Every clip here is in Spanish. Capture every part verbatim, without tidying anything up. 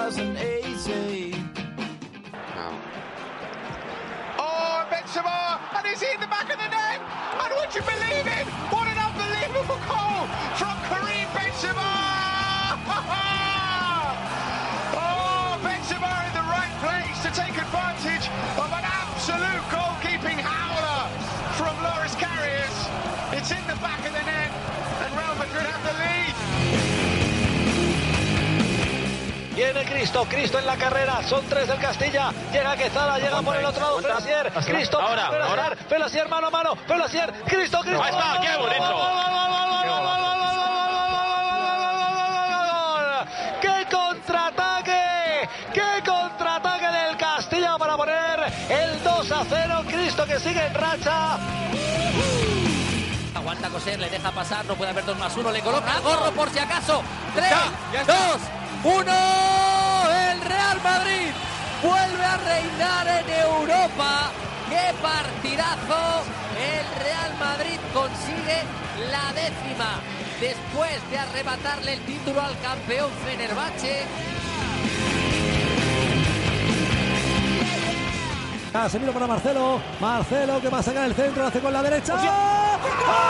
thousand eighteen. Oh, Benzema, and is he in the back of the net? And would you believe it? What an unbelievable goal from Karim Benzema! Oh, Benzema in the right place to take advantage of an absolute goalkeeping howler from Loris Karius. It's in the back of the net, and Real Madrid have the lead. Viene Cristo, Cristo en la carrera, son tres del Castilla, llega Quezada, llega por el otro lado Pelasier, Cristo, ahora, Pelasier, ahora. Pelasier mano a mano, Pelasier, Cristo, Cristo. Ahí está, qué bonito. ¡Qué contraataque! ¡Qué contraataque del Castilla para poner el dos a cero! Cristo que sigue en racha. Aguanta Coser, le deja pasar, no puede haber dos más uno, le coloca gorro por si acaso. Tres, ya dos, uno. El Real Madrid vuelve a reinar en Europa. ¡Qué partidazo! El Real Madrid consigue la décima después de arrebatarle el título al campeón Fenerbahce. Casemiro para Marcelo, Marcelo que va a sacar el centro, lo hace con la derecha. ¡Ah!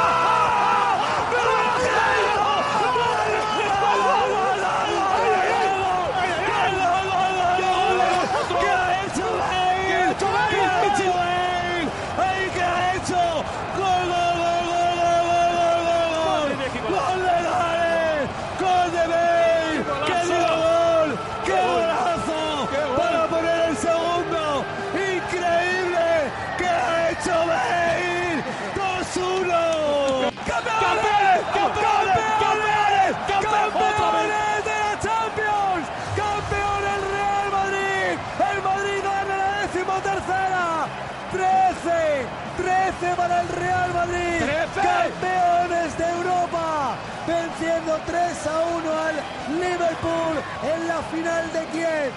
¿Qué ha hecho Bale? ¿Qué ha hecho Bale? ¿Qué ha hecho? ¡Gol, gol, gol, gol, gol, gol, gol! ¡Gol de Gales! ¡Gol de Bale! ¡Qué lindo gol! ¡Qué golazo! Para poner el segundo. ¡Increíble! ¿Qué ha hecho Bale? dos uno. ¡Campeones! ¡Campeones! ¡Campeones! ¡Campeones de la Champions! ¡Campeón el Real Madrid! ¡El Madrid gana la decimotercera! ¡trece! ¡trece para el Real Madrid! ¡trece! ¡Campeones de Europa! Venciendo tres a uno al Liverpool en la final de Kiev.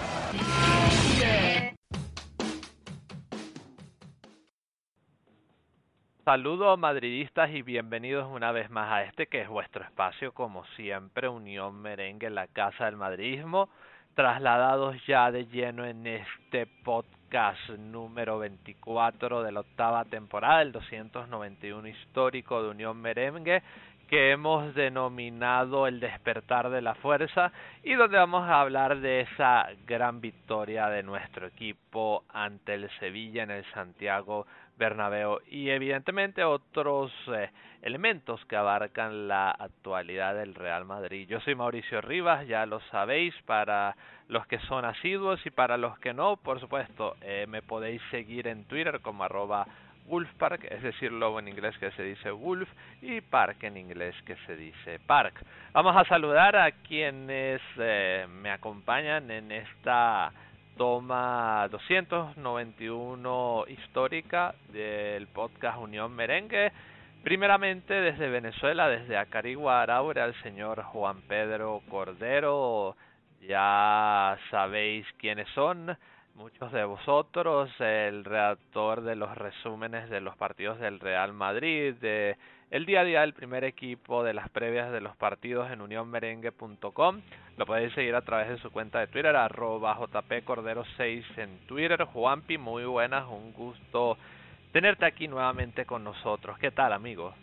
Saludos madridistas y bienvenidos una vez más a este que es vuestro espacio, como siempre, Unión Merengue, la casa del madridismo, trasladados ya de lleno en este podcast número veinticuatro de la octava temporada, el doscientos noventa y uno histórico de Unión Merengue, que hemos denominado el despertar de la fuerza y donde vamos a hablar de esa gran victoria de nuestro equipo ante el Sevilla en el Santiago Bernabéu y evidentemente otros eh, elementos que abarcan la actualidad del Real Madrid. Yo soy Mauricio Rivas, ya lo sabéis, para los que son asiduos y para los que no, por supuesto, eh, me podéis seguir en Twitter como arroba Wolfpark, es decir, lobo en inglés que se dice Wolf y Park en inglés que se dice Park. Vamos a saludar a quienes eh, me acompañan en esta toma doscientos noventa y uno histórica del podcast Unión Merengue. Primeramente desde Venezuela, desde Acarigua, Araure, al señor Juan Pedro Cordero. Ya sabéis quiénes son muchos de vosotros, el redactor de los resúmenes de los partidos del Real Madrid, de el día a día del primer equipo, de las previas de los partidos en unión merengue punto com. Lo podéis seguir a través de su cuenta de Twitter, arroba jpcordero seis en Twitter. Juanpi, muy buenas, un gusto tenerte aquí nuevamente con nosotros. ¿Qué tal, amigo?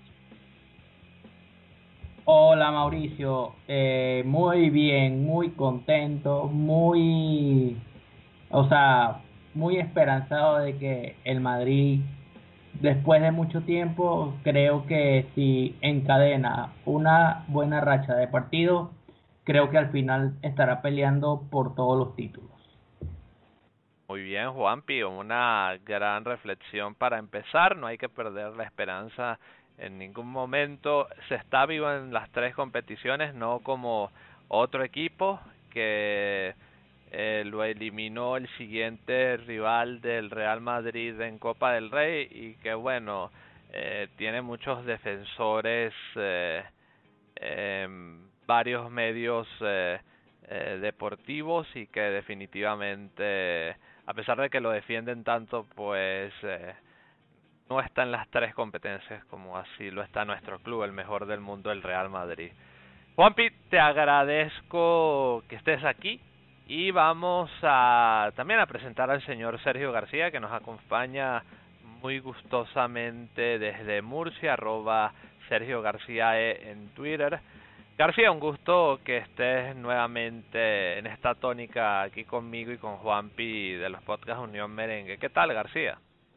Hola, Mauricio, eh, muy bien, muy contento, muy, o sea, muy esperanzado de que el Madrid, después de mucho tiempo, creo que si encadena una buena racha de partidos, creo que al final estará peleando por todos los títulos. Muy bien, Juanpi, una gran reflexión para empezar. No hay que perder la esperanza en ningún momento. Se está vivo en las tres competiciones, no como otro equipo que eh, lo eliminó el siguiente rival del Real Madrid en Copa del Rey y que, bueno, eh, tiene muchos defensores, eh, eh, varios medios eh, eh, deportivos y que definitivamente, a pesar de que lo defienden tanto, pues eh, no está en las tres competencias como así lo está nuestro club, el mejor del mundo, el Real Madrid. Juanpi, te agradezco que estés aquí y vamos a también a presentar al señor Sergio García, que nos acompaña muy gustosamente desde Murcia, arroba Sergio García en Twitter. García, un gusto que estés nuevamente en esta tónica aquí conmigo y con Juanpi de los podcasts Unión Merengue. ¿Qué tal, García?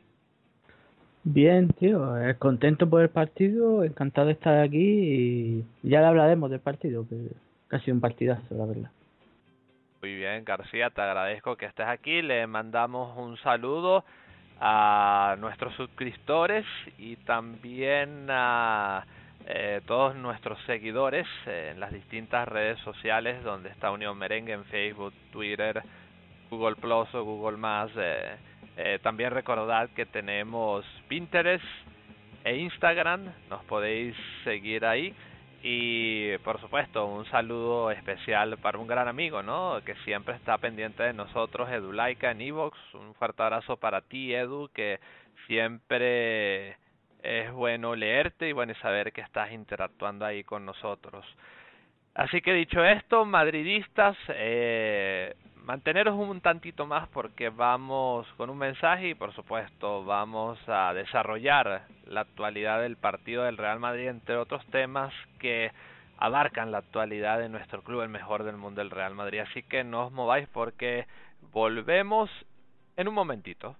Bien, tío, eh, contento por el partido, encantado de estar aquí y ya le hablaremos del partido, que ha sido un partidazo, la verdad. Muy bien, García, te agradezco que estés aquí. Le mandamos un saludo a nuestros suscriptores y también a eh, todos nuestros seguidores eh, en las distintas redes sociales donde está Unión Merengue, en Facebook, Twitter, Google Plus o Google Más. Eh, eh, también recordad que tenemos Pinterest e Instagram, nos podéis seguir ahí. Y por supuesto, un saludo especial para un gran amigo, ¿no? Que siempre está pendiente de nosotros, Edu Laica en iVoox. Un fuerte abrazo para ti, Edu, que siempre es bueno leerte y bueno, y saber que estás interactuando ahí con nosotros. Así que dicho esto, madridistas, eh, manteneros un tantito más porque vamos con un mensaje y por supuesto vamos a desarrollar la actualidad del partido del Real Madrid, entre otros temas que abarcan la actualidad de nuestro club, el mejor del mundo, el Real Madrid. Así que no os mováis porque volvemos en un momentito.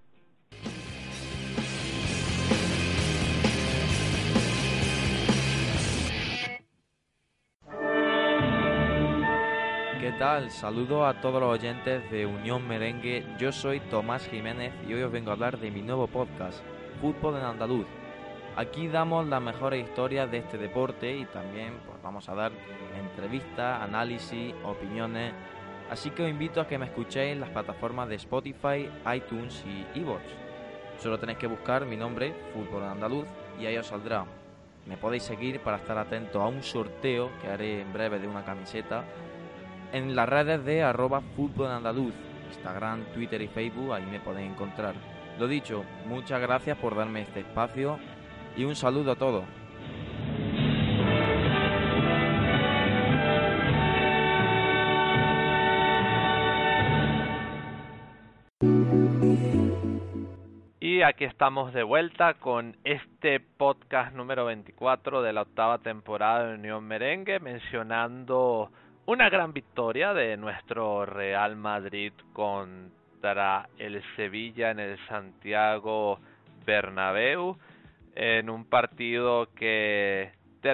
¿Qué tal? Saludo a todos los oyentes de Unión Merengue. Yo soy Tomás Jiménez y hoy os vengo a hablar de mi nuevo podcast, Fútbol en Andaluz. Aquí damos las mejores historias de este deporte y también pues, vamos a dar entrevistas, análisis, opiniones. Así que os invito a que me escuchéis en las plataformas de Spotify, iTunes y iVoox. Solo tenéis que buscar mi nombre, Fútbol en Andaluz, y ahí os saldrá. Me podéis seguir para estar atentos a un sorteo que haré en breve de una camiseta en las redes de arroba fútbol andaluz, Instagram, Twitter y Facebook, ahí me podéis encontrar. Lo dicho, muchas gracias por darme este espacio y un saludo a todos. Y aquí estamos de vuelta con este podcast número veinticuatro de la octava temporada de Unión Merengue, mencionando una gran victoria de nuestro Real Madrid contra el Sevilla en el Santiago Bernabéu, en un partido que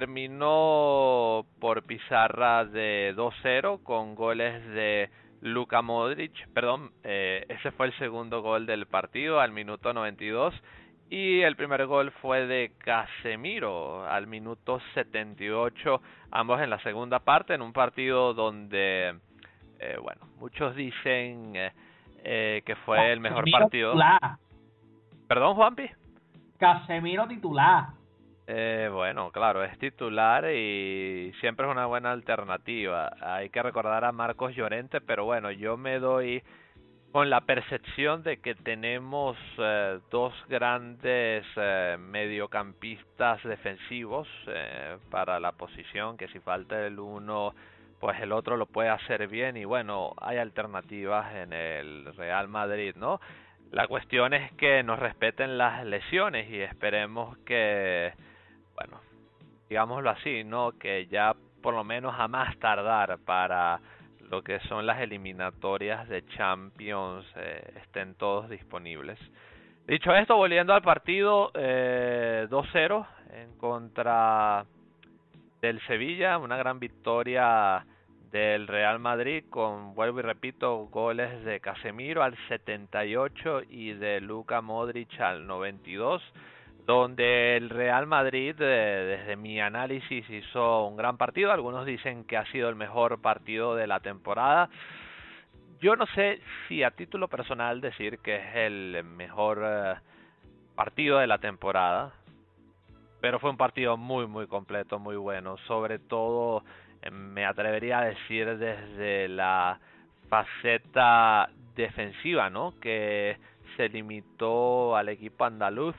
terminó por pizarra de dos cero con goles de Luka Modric, perdón, eh, ese fue el segundo gol del partido al minuto noventa y dos. Y el primer gol fue de Casemiro al minuto setenta y ocho, ambos en la segunda parte, en un partido donde, eh, bueno, muchos dicen eh, eh, que fue Casemiro el mejor partido. Titular. ¿Perdón, Juanpi? Casemiro titular. Eh, bueno, claro, es titular y siempre es una buena alternativa. Hay que recordar a Marcos Llorente, pero bueno, yo me doy con la percepción de que tenemos eh, dos grandes eh, mediocampistas defensivos eh, para la posición, que si falta el uno, pues el otro lo puede hacer bien y bueno, hay alternativas en el Real Madrid, ¿no? La cuestión es que nos respeten las lesiones y esperemos que, bueno, digámoslo así, ¿no? Que ya por lo menos a más tardar para lo que son las eliminatorias de Champions eh, estén todos disponibles. Dicho esto, volviendo al partido, eh, dos cero en contra del Sevilla, una gran victoria del Real Madrid con, vuelvo y repito, goles de Casemiro al setenta y ocho y de Luka Modric al noventa y dos, donde el Real Madrid, eh, desde mi análisis, hizo un gran partido. Algunos dicen que ha sido el mejor partido de la temporada. Yo no sé si a título personal decir que es el mejor eh, partido de la temporada, pero fue un partido muy muy completo, muy bueno. Sobre todo, eh, me atrevería a decir desde la faceta defensiva, ¿no? Que se limitó al equipo andaluz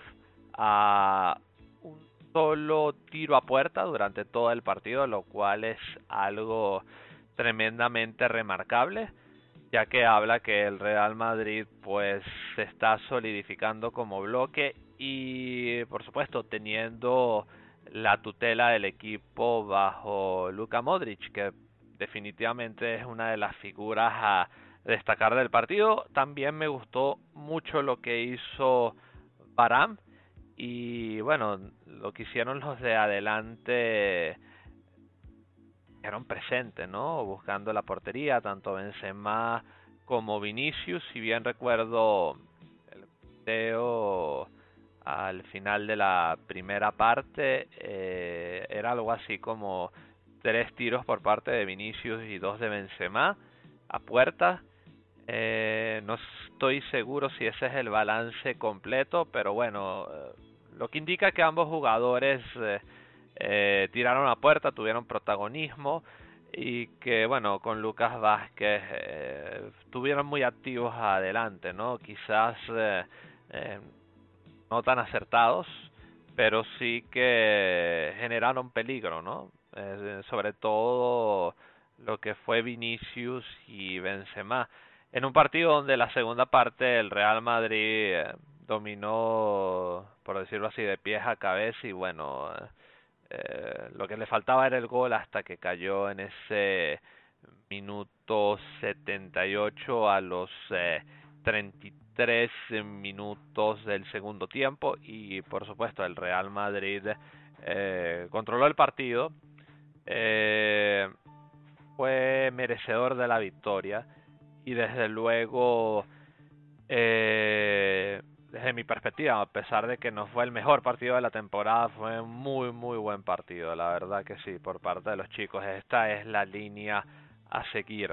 a un solo tiro a puerta durante todo el partido, lo cual es algo tremendamente remarcable. ya que habla que el Real Madrid pues se está solidificando como bloque y por supuesto teniendo la tutela del equipo bajo Luka Modric, que definitivamente es una de las figuras a destacar del partido. También me gustó mucho lo que hizo Varane y bueno, lo que hicieron los de adelante, eran presentes, ¿no? Buscando la portería, tanto Benzema como Vinicius. Si bien recuerdo el video al final de la primera parte, eh, era algo así como tres tiros por parte de Vinicius y dos de Benzema a puerta. Eh, no estoy seguro si ese es el balance completo, pero bueno, eh, lo que indica que ambos jugadores eh, eh, tiraron a puerta, tuvieron protagonismo y que bueno, con Lucas Vázquez eh, estuvieron muy activos adelante, ¿no? Quizás eh, eh, no tan acertados, pero sí que generaron peligro, ¿no? Eh, sobre todo lo que fue Vinicius y Benzema, en un partido donde la segunda parte el Real Madrid eh, dominó, por decirlo así, de pies a cabeza y bueno, eh, lo que le faltaba era el gol hasta que cayó en ese minuto setenta y ocho a los eh, treinta y tres minutos del segundo tiempo y por supuesto el Real Madrid eh, controló el partido, eh, fue merecedor de la victoria y desde luego eh, desde mi perspectiva, a pesar de que no fue el mejor partido de la temporada, fue un muy muy buen partido, la verdad que sí, por parte de los chicos. Esta es la línea a seguir.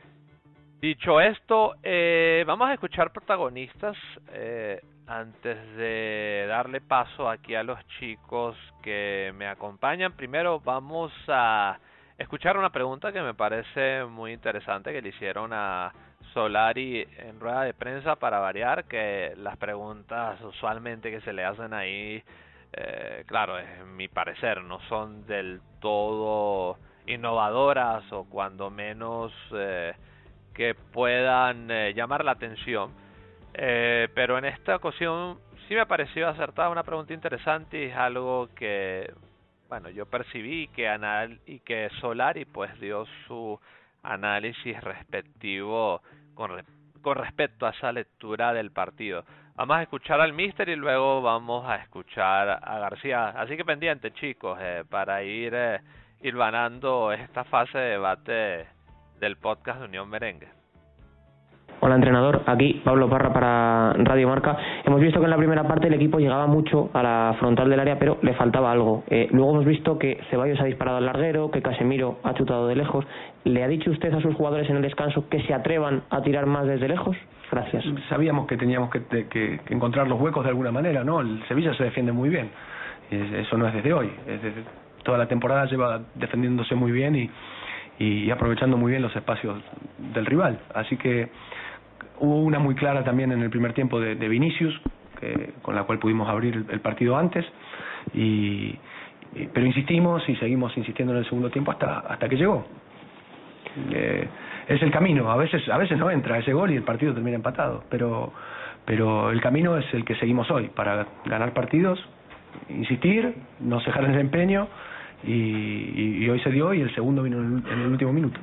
Dicho esto, eh, vamos a escuchar protagonistas eh, antes de darle paso aquí a los chicos que me acompañan. Primero vamos a escuchar una pregunta que me parece muy interesante que le hicieron a Solari en rueda de prensa, para variar, que las preguntas usualmente que se le hacen ahí, eh, claro, es mi parecer, no son del todo innovadoras o cuando menos eh, que puedan eh, llamar la atención, eh, pero en esta ocasión sí me ha parecido acertada una pregunta interesante y es algo que, bueno, yo percibí que anal y que Solari pues dio su análisis respectivo con, re con respecto a esa lectura del partido. Vamos a escuchar al míster y luego vamos a escuchar a García, así que pendientes chicos, eh, para ir eh, hilvanando esta fase de debate del podcast de Unión Merengue. Hola entrenador, aquí Pablo Parra para Radio Marca. Hemos visto que en la primera parte el equipo llegaba mucho a la frontal del área, pero le faltaba algo. Eh, luego hemos visto que Ceballos ha disparado al larguero, que Casemiro ha chutado de lejos. ¿Le ha dicho usted a sus jugadores en el descanso que se atrevan a tirar más desde lejos? Gracias. Sabíamos que teníamos que, que, que encontrar los huecos de alguna manera, ¿no? El Sevilla se defiende muy bien. Eso no es desde hoy. Es desde toda la temporada lleva defendiéndose muy bien y, y aprovechando muy bien los espacios del rival. Así que hubo una muy clara también en el primer tiempo de, de Vinicius, que, con la cual pudimos abrir el, el partido antes, y, y, pero insistimos y seguimos insistiendo en el segundo tiempo hasta hasta que llegó. Eh, es el camino, a veces a veces no entra ese gol y el partido termina empatado, pero pero el camino es el que seguimos hoy, para ganar partidos, insistir, no cejar en el empeño, y, y, y hoy se dio y el segundo vino en el, en el último minuto.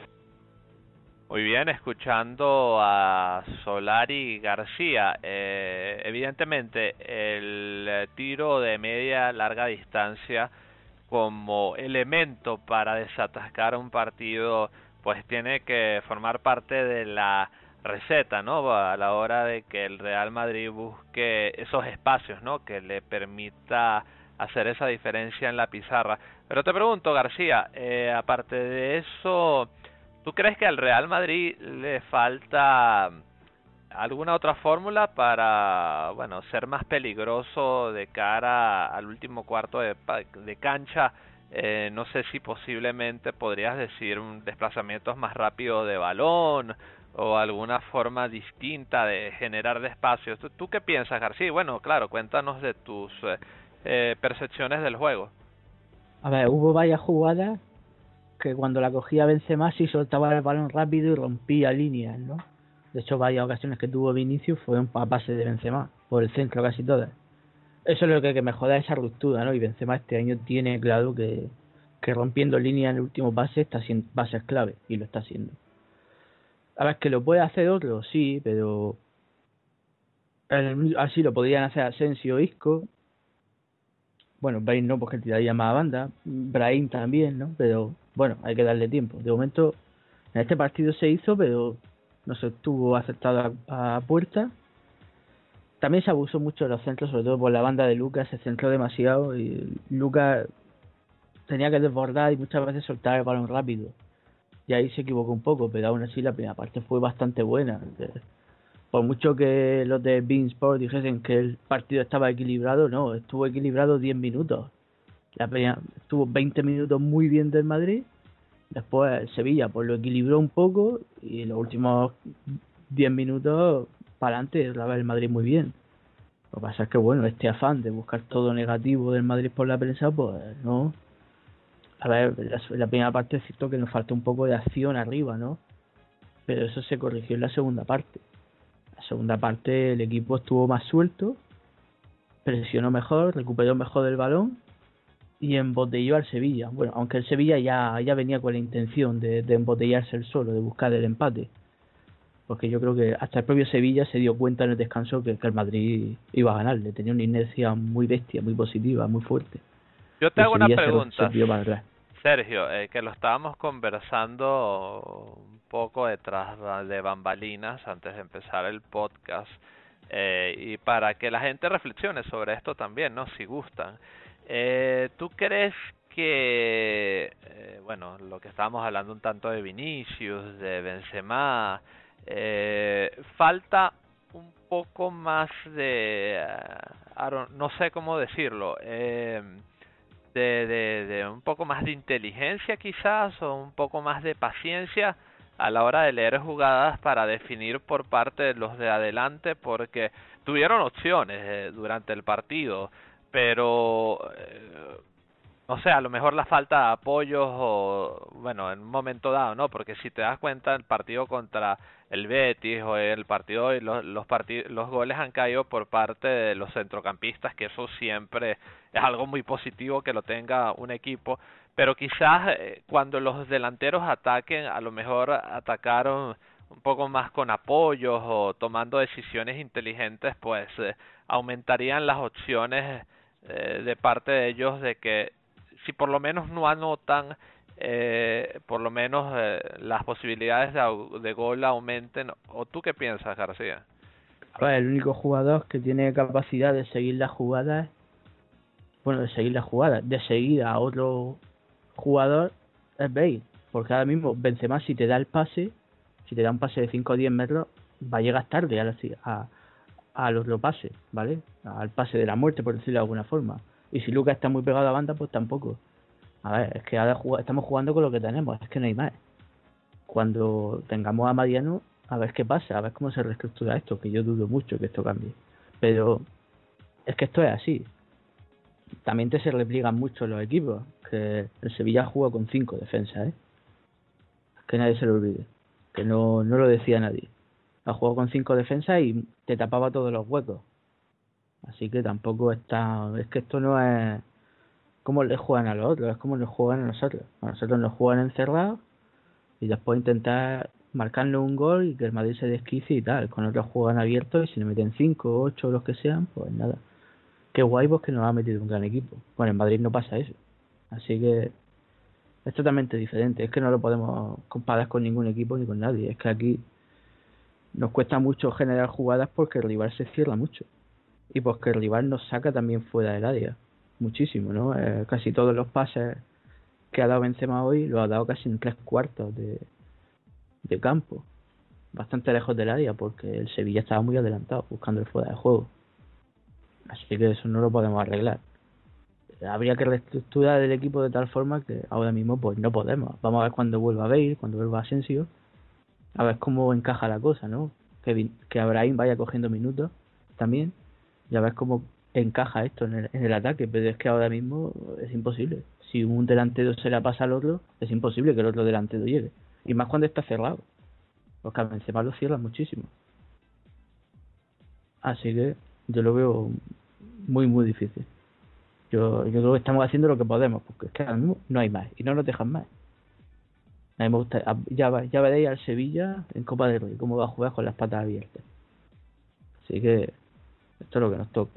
Muy bien, escuchando a Solari García, eh, evidentemente el tiro de media larga distancia como elemento para desatascar un partido pues tiene que formar parte de la receta, ¿no? A la hora de que el Real Madrid busque esos espacios, ¿no? Que le permita hacer esa diferencia en la pizarra. Pero te pregunto, García, eh, aparte de eso, ¿tú crees que al Real Madrid le falta alguna otra fórmula para, bueno, ser más peligroso de cara al último cuarto de, de cancha? Eh, no sé si posiblemente podrías decir un desplazamientos más rápido de balón o alguna forma distinta de generar de espacios. ¿Tú, tú qué piensas, García? Bueno, claro, cuéntanos de tus eh, eh, percepciones del juego. A ver, hubo varias jugadas que cuando la cogía Benzema sí soltaba el balón rápido y rompía líneas, ¿no? De hecho, varias ocasiones que tuvo Vinicius fueron a pase de Benzema, por el centro casi todas. Eso es lo que, que me joda, esa ruptura, ¿no? Y Benzema este año tiene claro que, que rompiendo líneas en el último pase está siendo, va a ser clave, y lo está haciendo. A ver, que lo puede hacer otro, sí, pero el, así lo podrían hacer Asensio, Isco. Bueno, Bale no, porque tiraría más a banda. Brahim también, ¿no? Pero bueno, hay que darle tiempo. De momento, en este partido se hizo, pero no se estuvo aceptado a, a puerta. También se abusó mucho de los centros, sobre todo por la banda de Lucas. Se centró demasiado y Lucas tenía que desbordar y muchas veces soltar el balón rápido. Y ahí se equivocó un poco, pero aún así la primera parte fue bastante buena. Por mucho que los de beIN Sport dijesen que el partido estaba equilibrado, no, estuvo equilibrado diez minutos. La primera, estuvo veinte minutos muy bien del Madrid, después Sevilla pues lo equilibró un poco y los últimos diez minutos para adelante otra vez el Madrid muy bien. Lo que pasa es que bueno, este afán de buscar todo negativo del Madrid por la prensa, pues no. A ver, la, la primera parte es cierto que nos falta un poco de acción arriba, ¿no? Pero eso se corrigió en la segunda parte. La segunda parte el equipo estuvo más suelto, presionó mejor, recuperó mejor el balón y embotelló al Sevilla. Bueno, aunque el Sevilla ya, ya venía con la intención de, de embotellarse el solo, de buscar el empate. Porque yo creo que hasta el propio Sevilla se dio cuenta en el descanso que, que el Madrid iba a ganarle. Tenía una inercia muy bestia, muy positiva, muy fuerte. Yo te hago una pregunta, se, se Sergio, eh, que lo estábamos conversando un poco detrás de bambalinas antes de empezar el podcast, eh, y para que la gente reflexione sobre esto también, ¿no? Si gustan. Eh, ¿Tú crees que, eh, bueno, lo que estábamos hablando un tanto de Vinicius, de Benzema, eh, falta un poco más de, uh, no sé cómo decirlo, eh, De, de, de un poco más de inteligencia quizás, o un poco más de paciencia a la hora de leer jugadas para definir por parte de los de adelante, porque tuvieron opciones eh, durante el partido, pero eh, o sea, a lo mejor la falta de apoyos o bueno, en un momento dado, ¿no? Porque si te das cuenta, el partido contra el Betis o el partido y los los partidos los goles han caído por parte de los centrocampistas, que eso siempre es algo muy positivo que lo tenga un equipo, pero quizás eh, cuando los delanteros ataquen, a lo mejor atacaron un poco más con apoyos o tomando decisiones inteligentes, pues eh, aumentarían las opciones eh, de parte de ellos de que si por lo menos no anotan, eh, por lo menos eh, las posibilidades de, de gol aumenten. ¿O tú qué piensas, García? A ver, el único jugador que tiene capacidad de seguir las jugadas, bueno, de seguir las jugadas, de seguir a otro jugador es Bale, porque ahora mismo Benzema, si te da el pase, si te da un pase de cinco o diez metros, va a llegar tarde a, a, al otro pase, ¿vale? Al pase de la muerte, por decirlo de alguna forma. Y si Lucas está muy pegado a la banda, pues tampoco. A ver, es que ahora jug- estamos jugando con lo que tenemos, es que no hay más. Cuando tengamos a Mariano, a ver qué pasa, a ver cómo se reestructura esto, que yo dudo mucho que esto cambie. Pero es que esto es así. También te se repliegan mucho los equipos, que el Sevilla juega con cinco defensas, ¿eh? Que nadie se lo olvide, que no, no lo decía nadie. Ha jugado con cinco defensas y te tapaba todos los huecos. Así que tampoco está... Es que esto no es como le juegan a los otros, es como nos juegan a nosotros. A nosotros nos juegan encerrados y después intentar marcarnos un gol y que el Madrid se desquicie y tal. Con otros juegan abiertos y si le meten cinco, ocho o los que sean, pues nada. Qué guay, pues que nos ha metido un gran equipo. Bueno, en Madrid no pasa eso. Así que es totalmente diferente. Es que no lo podemos comparar con ningún equipo ni con nadie. Es que aquí nos cuesta mucho generar jugadas porque el rival se cierra mucho. Y porque el rival nos saca también fuera del área. Muchísimo, ¿no? Eh, casi todos los pases que ha dado Benzema hoy lo ha dado casi en tres cuartos de, de campo. Bastante lejos del área porque el Sevilla estaba muy adelantado buscando el fuera de juego. Así que eso no lo podemos arreglar. Habría que reestructurar el equipo de tal forma que ahora mismo pues no podemos. Vamos a ver cuando vuelva Bale, cuando vuelva Asensio. A ver cómo encaja la cosa, ¿no? Que, que Abraham vaya cogiendo minutos también. Y a ver cómo encaja esto en el, en el ataque, pero es que ahora mismo es imposible. Si un delantero se la pasa al otro, es imposible que el otro delantero llegue. Y más cuando está cerrado. Porque a Benzema lo cierra muchísimo. Así que yo lo veo muy, muy difícil. Yo, yo creo que estamos haciendo lo que podemos, porque es que ahora mismo no hay más. Y no nos dejan más. A mí me gusta, ya, ya veréis al Sevilla en Copa del Rey, cómo va a jugar con las patas abiertas. Así que esto es lo que nos toca.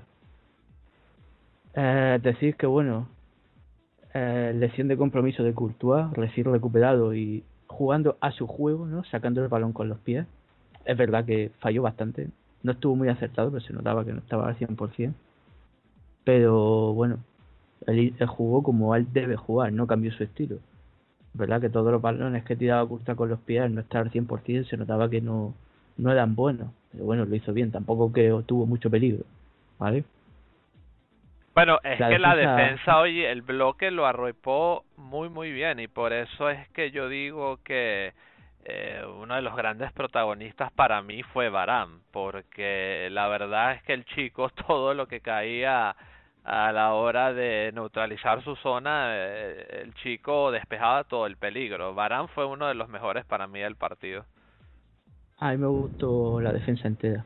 Eh, decir que bueno, eh, lección de compromiso de Courtois, recién recuperado y jugando a su juego, ¿no? Sacando el balón con los pies. Es verdad que falló bastante, no estuvo muy acertado, pero se notaba que no estaba al cien por ciento. Pero bueno, él, él jugó como él debe jugar, no cambió su estilo. Es verdad que todos los balones que tiraba Courtois con los pies no estaba al cien por ciento, se notaba que no, no eran buenos. Pero bueno, lo hizo bien, tampoco que tuvo mucho peligro, ¿vale? Bueno, es la que defensa... la defensa hoy, el bloque lo arropó muy muy bien y por eso es que yo digo que eh, uno de los grandes protagonistas para mí fue Varane, porque la verdad es que el chico todo lo que caía a la hora de neutralizar su zona, eh, el chico despejaba todo el peligro. Varane fue uno de los mejores para mí del partido. A mí me gustó la defensa entera.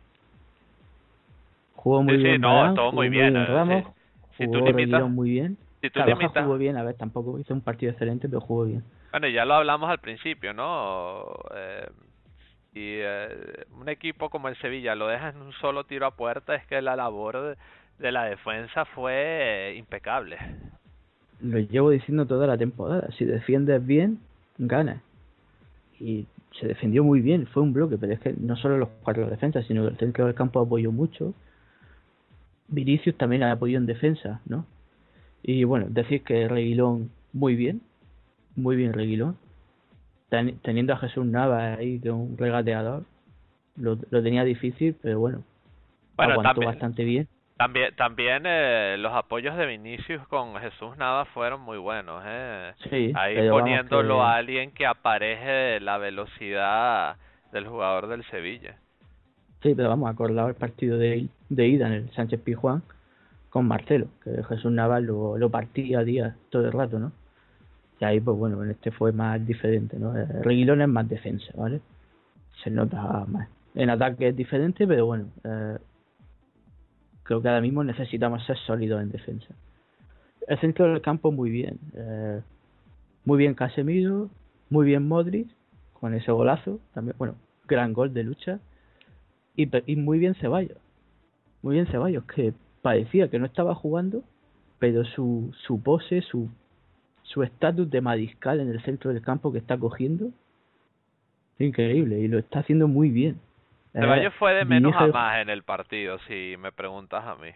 Jugó muy sí, bien sí, no, Varane, todo jugó muy muy bien. bien Ramos, si, si jugó tú limitas, muy bien. Si tú Carvajal limitas, jugó bien, a ver, tampoco hizo un partido excelente, pero jugó bien. Bueno, ya lo hablamos al principio, ¿no? Eh, y eh, un equipo como el Sevilla lo deja en un solo tiro a puerta, es que la labor de, de la defensa fue eh, impecable. Lo llevo diciendo toda la temporada. Si defiendes bien, ganas. Y se defendió muy bien, fue un bloque, pero es que no solo los cuatro defensas, sino que el centro del campo apoyó mucho. Vinicius también ha apoyado en defensa, ¿no? Y bueno, decir que Reguilón muy bien, muy bien Reguilón, Ten, teniendo a Jesús Navas ahí, que es un regateador, lo, lo tenía difícil, pero bueno, bueno aguantó también, bastante bien. También también eh, los apoyos de Vinicius con Jesús Navas fueron muy buenos, ¿eh? Sí, ahí poniéndolo que... a alguien que apareje la velocidad del jugador del Sevilla. Sí, pero vamos, acordado el partido de, de ida en el Sánchez Pizjuán con Marcelo, que Jesús Navas lo, lo partía a día todo el rato, ¿no? Y ahí, pues bueno, en este fue más diferente, ¿no? El Reguilón es más defensa, ¿vale? Se nota más. En ataque es diferente, pero bueno, eh, creo que ahora mismo necesitamos ser sólidos en defensa. El centro del campo muy bien. Eh, muy bien Casemiro, muy bien Modric, con ese golazo, también, bueno, gran gol de lucha. Y, y muy bien Ceballos. Muy bien Ceballos, que parecía que no estaba jugando, pero su, su pose, su su estatus de mariscal en el centro del campo que está cogiendo, es increíble, y lo está haciendo muy bien. Ceballos eh, fue de menos a más en el partido, si me preguntas a mí.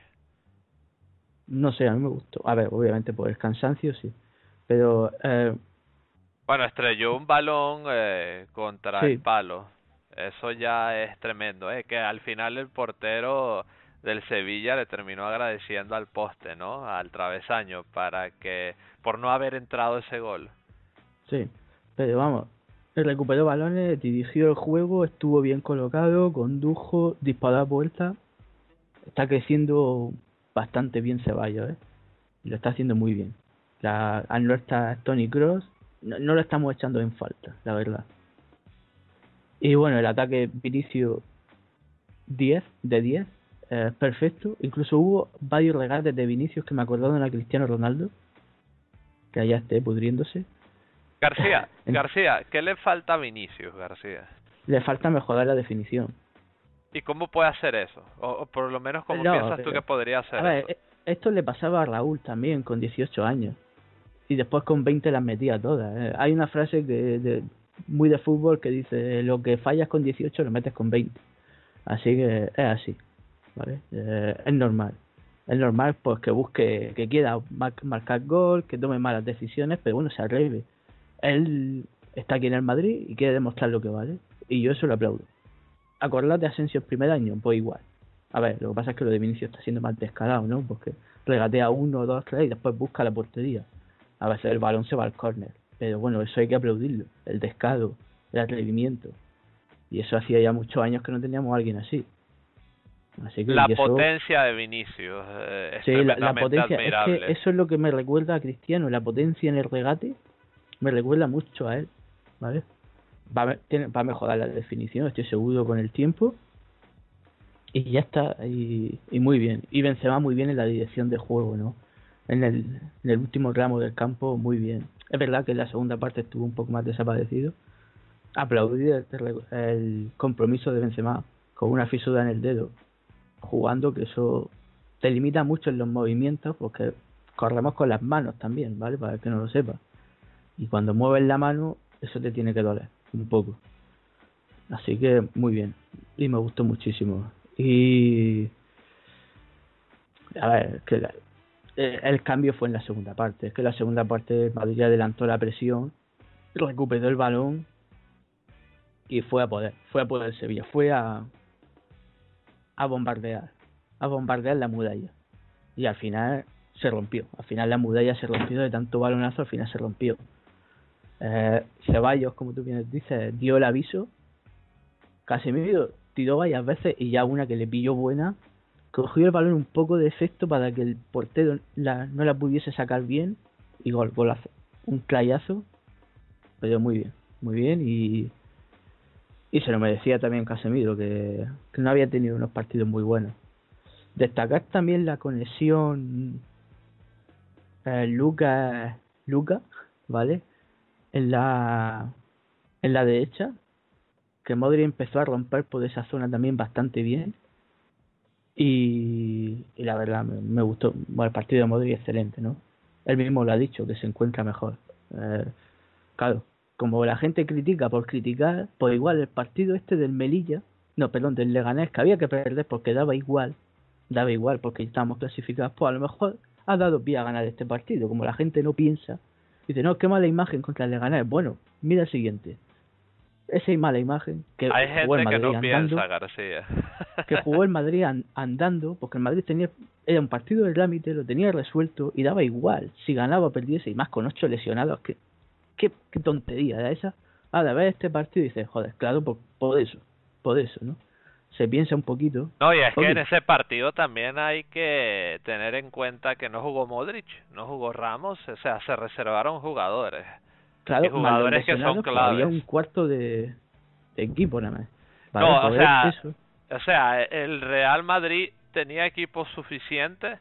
No sé, a mí me gustó. A ver, obviamente por el cansancio, sí. Pero... Eh, bueno, estrelló un balón eh, contra sí. el palo. Eso ya es tremendo, ¿eh? Que al final el portero del Sevilla le terminó agradeciendo al poste, ¿no? Al travesaño, para que por no haber entrado ese gol. Sí, pero vamos, él recuperó balones, dirigió el juego, estuvo bien colocado, condujo, disparó a vuelta. Está creciendo bastante bien Ceballos, ¿eh? Y lo está haciendo muy bien. La, al no estar Toni Kroos, no, no lo estamos echando en falta, la verdad. Y bueno, el ataque Vinicius diez de diez. Eh, perfecto, incluso hubo varios regates de Vinicius que me acordaron a Cristiano Ronaldo, que allá esté pudriéndose. García, García, ¿qué le falta a Vinicius, García? Le falta mejorar la definición. ¿Y cómo puede hacer eso? O, o por lo menos, ¿cómo no, piensas pero, tú que podría hacer a ver, eso? Esto le pasaba a Raúl también, con dieciocho años. Y después con veinte las metía todas. ¿eh? Hay una frase que de, muy de fútbol que dice, lo que fallas con dieciocho lo metes con veinte. Así que es así. ¿Vale? Eh, es normal. Es normal pues que busque, que quiera mar marcar gol, que tome malas decisiones, pero bueno, se atreve. Él está aquí en el Madrid y quiere demostrar lo que vale. Y yo eso lo aplaudo. Acordate de Asensio el primer año, pues igual. A ver, lo que pasa es que lo de Vinicius está siendo más descarado, ¿no? Porque regatea uno, dos, tres y después busca la portería. A veces el balón se va al córner. Pero bueno, eso hay que aplaudirlo. El descaro, el atrevimiento. Y eso hacía ya muchos años que no teníamos a alguien así. Así que la y eso, potencia de Vinicius eh, es sí, la, la tremendamente potencia, admirable. es que eso es lo que me recuerda a Cristiano, la potencia en el regate me recuerda mucho a él, ¿vale? Va a, me- tiene- va a mejorar la definición, estoy seguro, con el tiempo. Y ya está, y, y muy bien. Y Benzema muy bien en la dirección de juego, ¿no? En el, en el último ramo del campo, muy bien. Es verdad que en la segunda parte estuvo un poco más desaparecido. Aplaudir el, el compromiso de Benzema con una fisura en el dedo, jugando, que eso te limita mucho en los movimientos, porque corremos con las manos también, ¿vale? Para el que no lo sepa. Y cuando mueves la mano, eso te tiene que doler un poco. Así que muy bien. Y me gustó muchísimo. Y a ver, que la- eh, el cambio fue en la segunda parte. Es que en la segunda parte Madrid adelantó la presión, recuperó el balón y fue a poder, fue a poder Sevilla, fue a a bombardear, a bombardear la muralla. Y al final se rompió. Al final la muralla se rompió de tanto balonazo, al final se rompió. Eh, Ceballos, como tú bien dices, dio el aviso. Casemiro tiró varias veces y ya una que le pilló buena, cogió el balón un poco de efecto para que el portero la, no la pudiese sacar bien y gol, golazo. Un clayazo, pero muy bien, muy bien y y se lo merecía también Casemiro, que, que no había tenido unos partidos muy buenos. Destacar también la conexión eh, Lucas Lucas, ¿vale? En la en la derecha, que Modric empezó a romper por esa zona también bastante bien. Y, y la verdad me, me gustó. Bueno, el partido de Modric excelente, ¿no? Él mismo lo ha dicho, que se encuentra mejor. Eh, claro, como la gente critica por criticar, pues igual el partido este del Melilla, no, perdón, del Leganés, que había que perder porque daba igual, daba igual porque estábamos clasificados, pues a lo mejor ha dado pie a ganar este partido. Como la gente no piensa, dice, no, qué mala imagen contra el Leganés. Bueno, mira el siguiente. Esa mala imagen que Hay jugó el gente que Madrid no andando, piensa, García. que jugó el Madrid an- andando, porque el Madrid tenía era un partido de trámite, lo tenía resuelto y daba igual si ganaba o perdiese, y más con ocho lesionados. Que qué, qué tontería era esa. Ahora ver este partido y dices, joder, claro, por, por eso, por eso, ¿no? Se piensa un poquito. No, y es que Oye, en ese partido también hay que tener en cuenta que no jugó Modric, no jugó Ramos, o sea, se reservaron jugadores. claro, y jugadores más los que son lesionados, pues claves. había un cuarto de, de equipo nada más. Vale, No, o pues sea, eso. o sea, el Real Madrid tenía equipo suficiente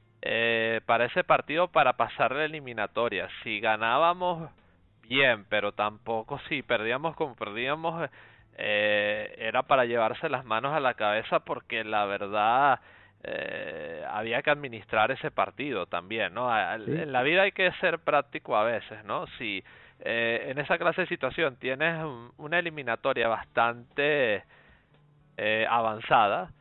eh, para ese partido para pasar la eliminatoria. Si ganábamos, bien, pero tampoco si perdíamos como perdíamos, eh, era para llevarse las manos a la cabeza, porque la verdad eh, había que administrar ese partido también, ¿no? Al- Sí. En la vida hay que ser práctico a veces, ¿no? Si eh, en esa clase de situación tienes un- una eliminatoria bastante eh, avanzada,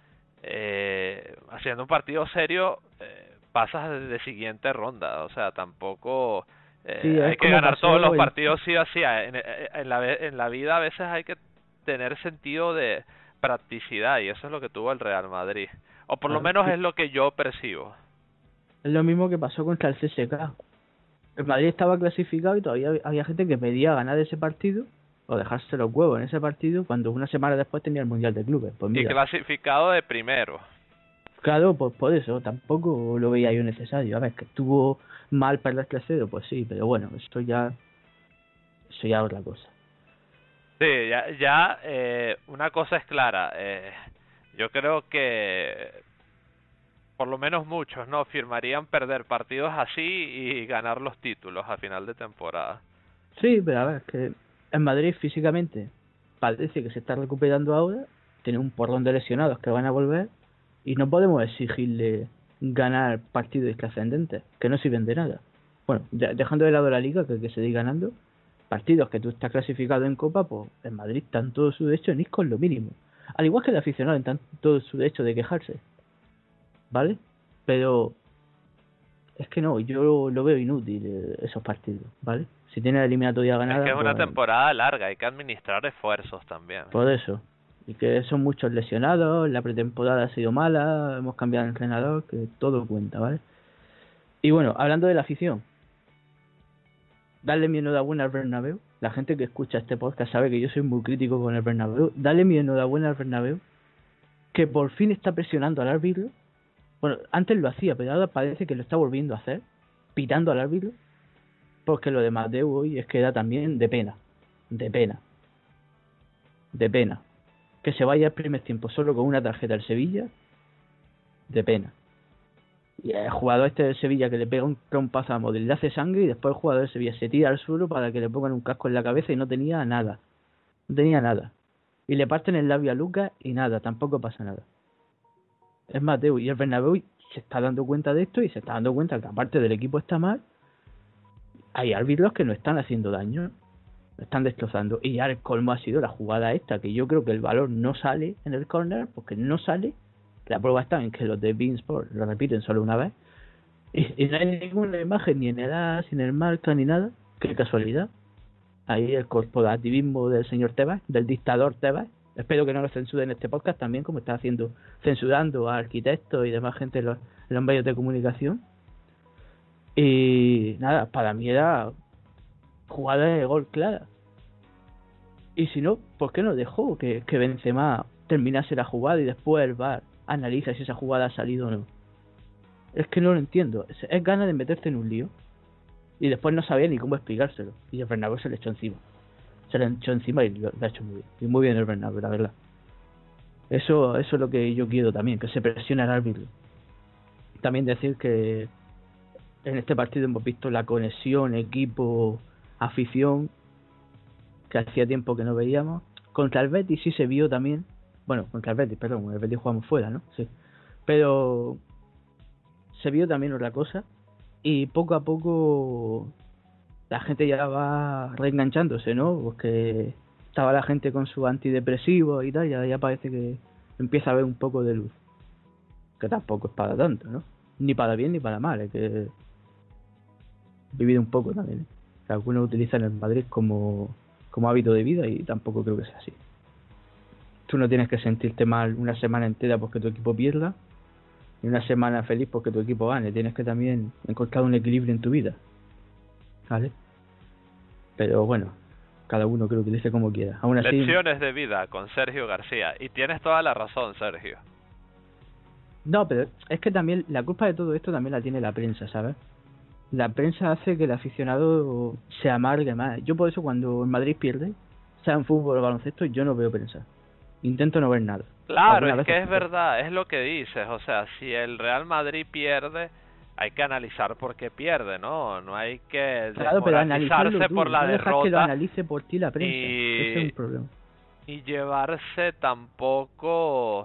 eh, haciendo un partido serio, eh, pasas de, de siguiente ronda, o sea, tampoco eh, Sí, es hay que como ganar todos pasó los en- partidos sí o sí. En, en, la, ve- en la vida a veces hay que tener sentido de practicidad, y eso es lo que tuvo el Real Madrid, o por lo Claro, menos sí. es lo que yo percibo. Es lo mismo que pasó contra el C S K. El Madrid estaba clasificado y todavía había- había gente que pedía ganar ese partido o dejarse los huevos en ese partido cuando una semana después tenía el Mundial de Clubes. Pues Y mira, clasificado de primero. claro, pues por eso tampoco lo veía yo necesario. A ver, que estuvo mal perder tres cero, pues sí, pero bueno, eso ya eso ya es otra cosa. Sí, ya, ya eh, una cosa es clara, eh, yo creo que por lo menos muchos no firmarían perder partidos así y ganar los títulos a final de temporada. Sí, pero a ver, que en Madrid físicamente parece que se está recuperando ahora, tiene un porrón de lesionados que van a volver y no podemos exigirle ganar partidos trascendentes que no sirven de nada. Bueno, de- dejando de lado la liga, que, que se siga ganando, partidos que tú estás clasificado en Copa, pues en Madrid están todo su derecho en ir con lo mínimo. Al igual que el aficionado están todo su derecho de quejarse, ¿vale? Pero es que no, yo lo, lo veo inútil eh, esos partidos, ¿vale? Si tiene la eliminatoria ganada, Es que es una pues, temporada larga, hay que administrar esfuerzos también. por eso. Y que son muchos lesionados, la pretemporada ha sido mala, hemos cambiado de entrenador, que todo cuenta, ¿vale? Y bueno, hablando de la afición, darle mi enhorabuena al Bernabéu. La gente que escucha este podcast sabe que yo soy muy crítico con el Bernabéu. Dale mi enhorabuena al Bernabéu, que por fin está presionando al árbitro. Bueno, antes lo hacía, pero ahora parece que lo está volviendo a hacer, pitando al árbitro, porque lo de Mateu hoy es que da también de pena, de pena, de pena. Que se vaya al primer tiempo solo con una tarjeta al Sevilla, de pena. Y el jugador este del Sevilla que le pega un trompazo a Modric, le hace sangre, y después el jugador del Sevilla se tira al suelo para que le pongan un casco en la cabeza y no tenía nada, no tenía nada. Y le parten el labio a Lucas y nada, tampoco pasa nada. Es Mateu, y el Bernabéu se está dando cuenta de esto y se está dando cuenta que aparte del equipo está mal, hay árbitros que no están haciendo daño, lo están destrozando. Y ya el colmo ha sido la jugada esta, que yo creo que el valor no sale en el córner, porque no sale. La prueba está en que los de beIN Sport lo repiten solo una vez y, y no hay ninguna imagen ni en el A S, ni en el Marca, ni nada. Qué casualidad. Ahí el corporativismo del señor Tebas, del dictador Tebas. Espero que no lo censuren en este podcast también, como está haciendo, censurando a arquitectos y demás gente en los, en los medios de comunicación. Y nada, para mí era jugada de gol clara. Y si no, ¿por qué no dejó que, que Benzema terminase la jugada y después el V A R analiza si esa jugada ha salido o no? Es que no lo entiendo. Es, es ganas de meterse en un lío y después no sabía ni cómo explicárselo. Y el Bernabéu se le echó encima. Se le echó encima y lo, lo ha hecho muy bien. Y muy bien el Bernabéu, la verdad. Eso, eso es lo que yo quiero también, que se presione al árbitro. También decir que en este partido hemos visto la conexión equipo-afición que hacía tiempo que no veíamos. Contra el Betis sí se vio también. Bueno, contra el Betis, perdón, con el Betis jugamos fuera, ¿no? Sí. Pero se vio también otra cosa y poco a poco la gente ya va reenganchándose, ¿no? Porque estaba la gente con su antidepresivo y tal, ya, ya parece que empieza a haber un poco de luz. Que tampoco es para tanto, ¿no? Ni para bien ni para mal, hay que vivir un poco también, ¿eh? Que algunos utilizan el Madrid como, como hábito de vida y tampoco creo que sea así. Tú no tienes que sentirte mal una semana entera porque tu equipo pierda, ni una semana feliz porque tu equipo gane. Tienes que también encontrar un equilibrio en tu vida, ¿vale? Pero bueno, cada uno que lo utilice como quiera. Aún así, lecciones de vida con Sergio García. Y tienes toda la razón, Sergio. No, pero es que también la culpa de todo esto también la tiene la prensa, ¿sabes? La prensa hace que el aficionado se amargue más. Yo por eso cuando el Madrid pierde, sea en fútbol o baloncesto, yo no veo prensa. Intento no ver nada. Claro, es que es verdad, es lo que dices. O sea, si el Real Madrid pierde, hay que analizar por qué pierde, ¿no? No hay que claro, pero analizarse por la no derrota que lo analice por ti la prensa. Y, ese es un problema. Y llevarse tampoco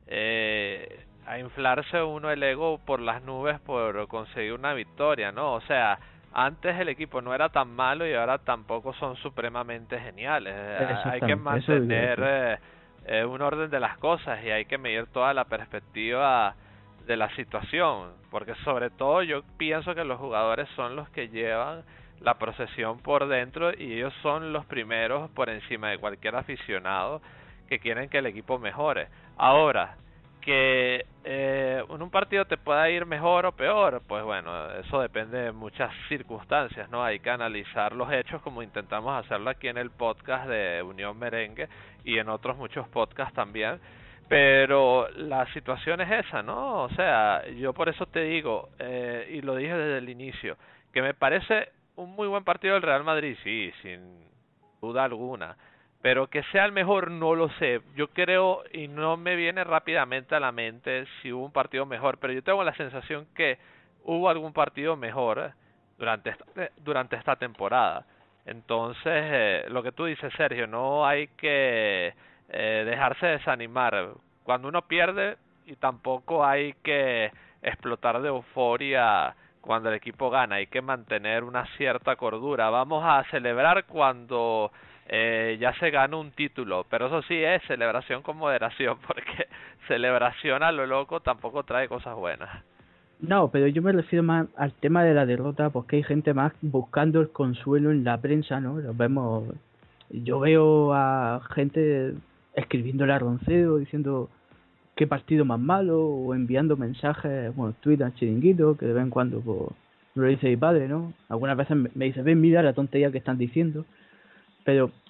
eh, a inflarse uno el ego por las nubes por conseguir una victoria, ¿no? O sea, antes el equipo no era tan malo y ahora tampoco son supremamente geniales. Hay que mantener eh, eh, un orden de las cosas y hay que medir toda la perspectiva de la situación, porque sobre todo yo pienso que los jugadores son los que llevan la procesión por dentro y ellos son los primeros por encima de cualquier aficionado que quieren que el equipo mejore. Ahora, que eh, en un partido te pueda ir mejor o peor, pues bueno, eso depende de muchas circunstancias, ¿no? Hay que analizar los hechos como intentamos hacerlo aquí en el podcast de Unión Merengue y en otros muchos podcasts también. Pero la situación es esa, ¿no? O sea, yo por eso te digo, eh, y lo dije desde el inicio, que me parece un muy buen partido del Real Madrid, sí, sin duda alguna. Pero que sea el mejor, no lo sé. Yo creo, y no me viene rápidamente a la mente si hubo un partido mejor, pero yo tengo la sensación que hubo algún partido mejor durante esta, durante esta temporada. Entonces, eh, lo que tú dices, Sergio, no hay que Eh, dejarse desanimar cuando uno pierde y tampoco hay que explotar de euforia cuando el equipo gana. Hay que mantener una cierta cordura. Vamos a celebrar cuando eh, ya se gana un título, pero eso sí es celebración con moderación, porque celebración a lo loco tampoco trae cosas buenas. No, pero yo me refiero más al tema de la derrota, porque hay gente más buscando el consuelo en la prensa, ¿no? Lo vemos. Yo veo a gente escribiéndole a Roncedo diciendo qué partido más malo, o enviando mensajes, bueno, Twitter al Chiringuito, que de vez en cuando pues, me lo dice mi padre, ¿no? Algunas veces me dice, ven, mira la tontería que están diciendo, pero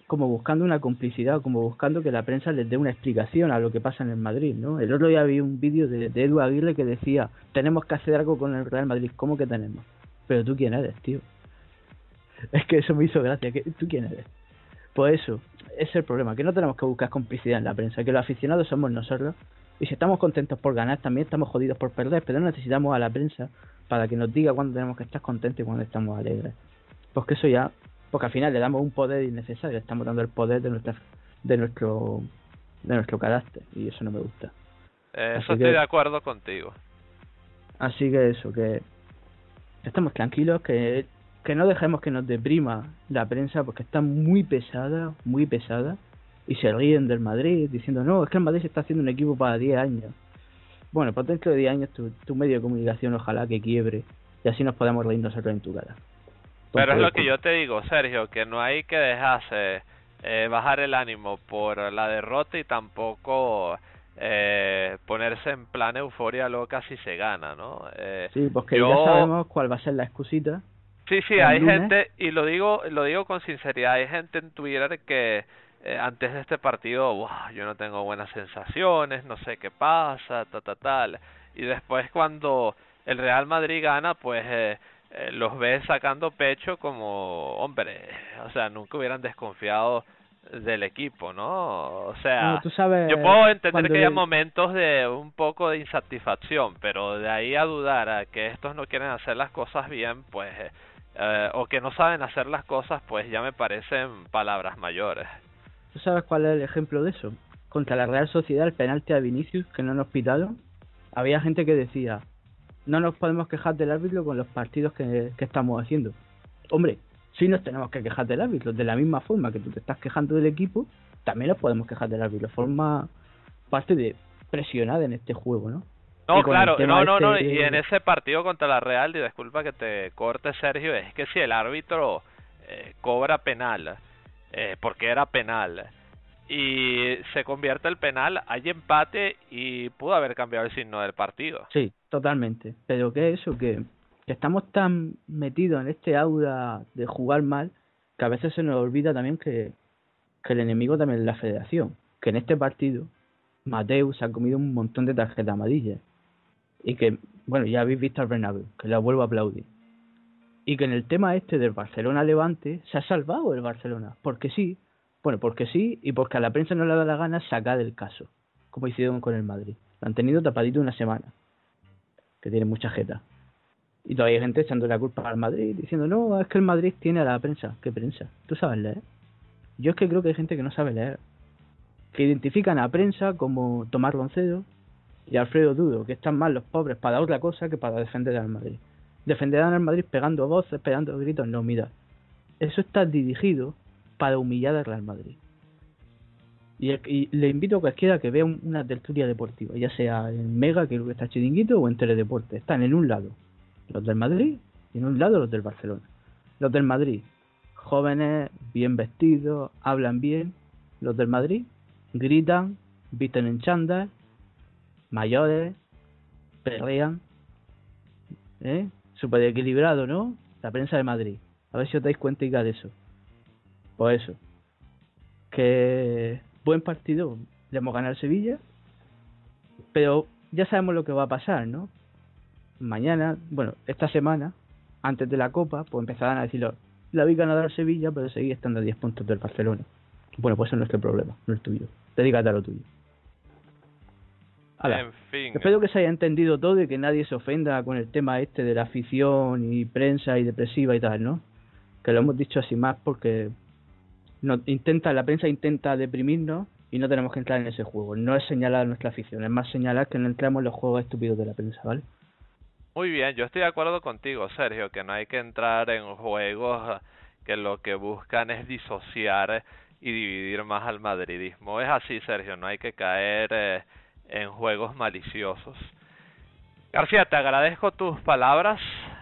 como buscando una complicidad, como buscando que la prensa les dé una explicación a lo que pasa en el Madrid, ¿no? El otro día vi un vídeo de, de Edu Aguirre que decía, tenemos que hacer algo con el Real Madrid. ¿Cómo que tenemos? Pero tú quién eres, tío. Es que eso me hizo gracia. ¿Tú quién eres? Pues eso, ese es el problema, que no tenemos que buscar complicidad en la prensa, que los aficionados somos nosotros, y si estamos contentos por ganar, también estamos jodidos por perder, pero no necesitamos a la prensa para que nos diga cuándo tenemos que estar contentos y cuándo estamos alegres. Porque eso ya, porque al final le damos un poder innecesario, le estamos dando el poder de nuestra de nuestro de nuestro carácter, y eso no me gusta. Eh, eso estoy que, de acuerdo contigo. Así que eso, que estemos tranquilos, que que no dejemos que nos deprima la prensa, porque está muy pesada, muy pesada, y se ríen del Madrid diciendo, no, es que el Madrid se está haciendo un equipo para diez años. Bueno, pues dentro de diez años tu, tu medio de comunicación ojalá que quiebre, y así nos podemos reír nosotros en tu cara. Pero es lo que yo te digo, Sergio, que no hay que dejarse eh, bajar el ánimo por la derrota y tampoco eh, ponerse en plan euforia loca si se gana, ¿no? Eh, sí, porque yo... ya sabemos cuál va a ser la excusita. Sí, sí, hay lunes. gente, y lo digo lo digo con sinceridad, hay gente en Twitter que eh, antes de este partido, wow, yo no tengo buenas sensaciones, no sé qué pasa, ta, ta, tal, y después cuando el Real Madrid gana, pues eh, eh, los ves sacando pecho como, hombre, o sea, nunca hubieran desconfiado del equipo, ¿no? O sea, no, tú sabes, yo puedo entender que le... haya momentos de un poco de insatisfacción, pero de ahí a dudar a que estos no quieren hacer las cosas bien, pues... Eh, Eh, o que no saben hacer las cosas, pues ya me parecen palabras mayores. ¿Tú sabes cuál es el ejemplo de eso? Contra la Real Sociedad, el penalti a Vinicius que no nos pitaron, había gente que decía, no nos podemos quejar del árbitro con los partidos que, que estamos haciendo. Hombre, sí nos tenemos que quejar del árbitro, de la misma forma que tú te estás quejando del equipo, también nos podemos quejar del árbitro, forma parte de presionar en este juego, ¿no? No, claro, no, no, este... no, y en ese partido contra la Real, y disculpa que te corte, Sergio, es que si el árbitro eh, cobra penal, eh, porque era penal, y se convierte el penal, hay empate y pudo haber cambiado el signo del partido. Sí, totalmente, pero ¿qué es eso? Que, que estamos tan metidos en este aura de jugar mal, que a veces se nos olvida también que, que el enemigo también es la federación, que en este partido Mateu se ha comido un montón de tarjetas amarillas. Y que, bueno, ya habéis visto al Bernabéu, que la vuelvo a aplaudir. Y que en el tema este del Barcelona-Levante se ha salvado el Barcelona. Porque sí, bueno, porque sí y porque a la prensa no le da la gana sacar del caso. Como hicieron con el Madrid. Lo han tenido tapadito una semana. Que tiene mucha jeta. Y todavía hay gente echando la culpa al Madrid, diciendo, no, es que el Madrid tiene a la prensa. ¿Qué prensa? ¿Tú sabes leer? Yo es que creo que hay gente que no sabe leer. Que identifican a prensa como Tomás Roncedo y Alfredo Duro, que están más los pobres para otra cosa que para defender al Madrid. Defender al Madrid pegando voces, pegando gritos, no, mira. Eso está dirigido para humillar al Real Madrid. Y, y le invito a cualquiera que vea un, una tertulia deportiva, ya sea en Mega, que creo que está Chiringuito, o en Teledeporte. Están en un lado los del Madrid y en un lado los del Barcelona. Los del Madrid, jóvenes, bien vestidos, hablan bien. Los del Madrid gritan, visten en chándal, mayores, perrean, ¿eh? Súper equilibrado, ¿no? La prensa de Madrid. A ver si os dais cuenta de eso. Pues eso. Que buen partido. Le hemos ganado al Sevilla. Pero ya sabemos lo que va a pasar, ¿no? Mañana, bueno, esta semana, antes de la Copa, pues empezarán a decirlo. La habéis ganado al Sevilla, pero seguís estando a diez puntos del Barcelona. Bueno, pues eso es nuestro problema, no es tuyo. Dedícate a lo tuyo. Hala. En fin. Espero que se haya entendido todo y que nadie se ofenda con el tema este de la afición y prensa y depresiva y tal, ¿no? Que lo hemos dicho así más porque no, intenta la prensa intenta deprimirnos y no tenemos que entrar en ese juego. No es señalar a nuestra afición, es más señalar que no entramos en los juegos estúpidos de la prensa, ¿vale? Muy bien, yo estoy de acuerdo contigo, Sergio, que no hay que entrar en juegos que lo que buscan es disociar y dividir más al madridismo. Es así, Sergio, no hay que caer eh, en juegos maliciosos. García, te agradezco tus palabras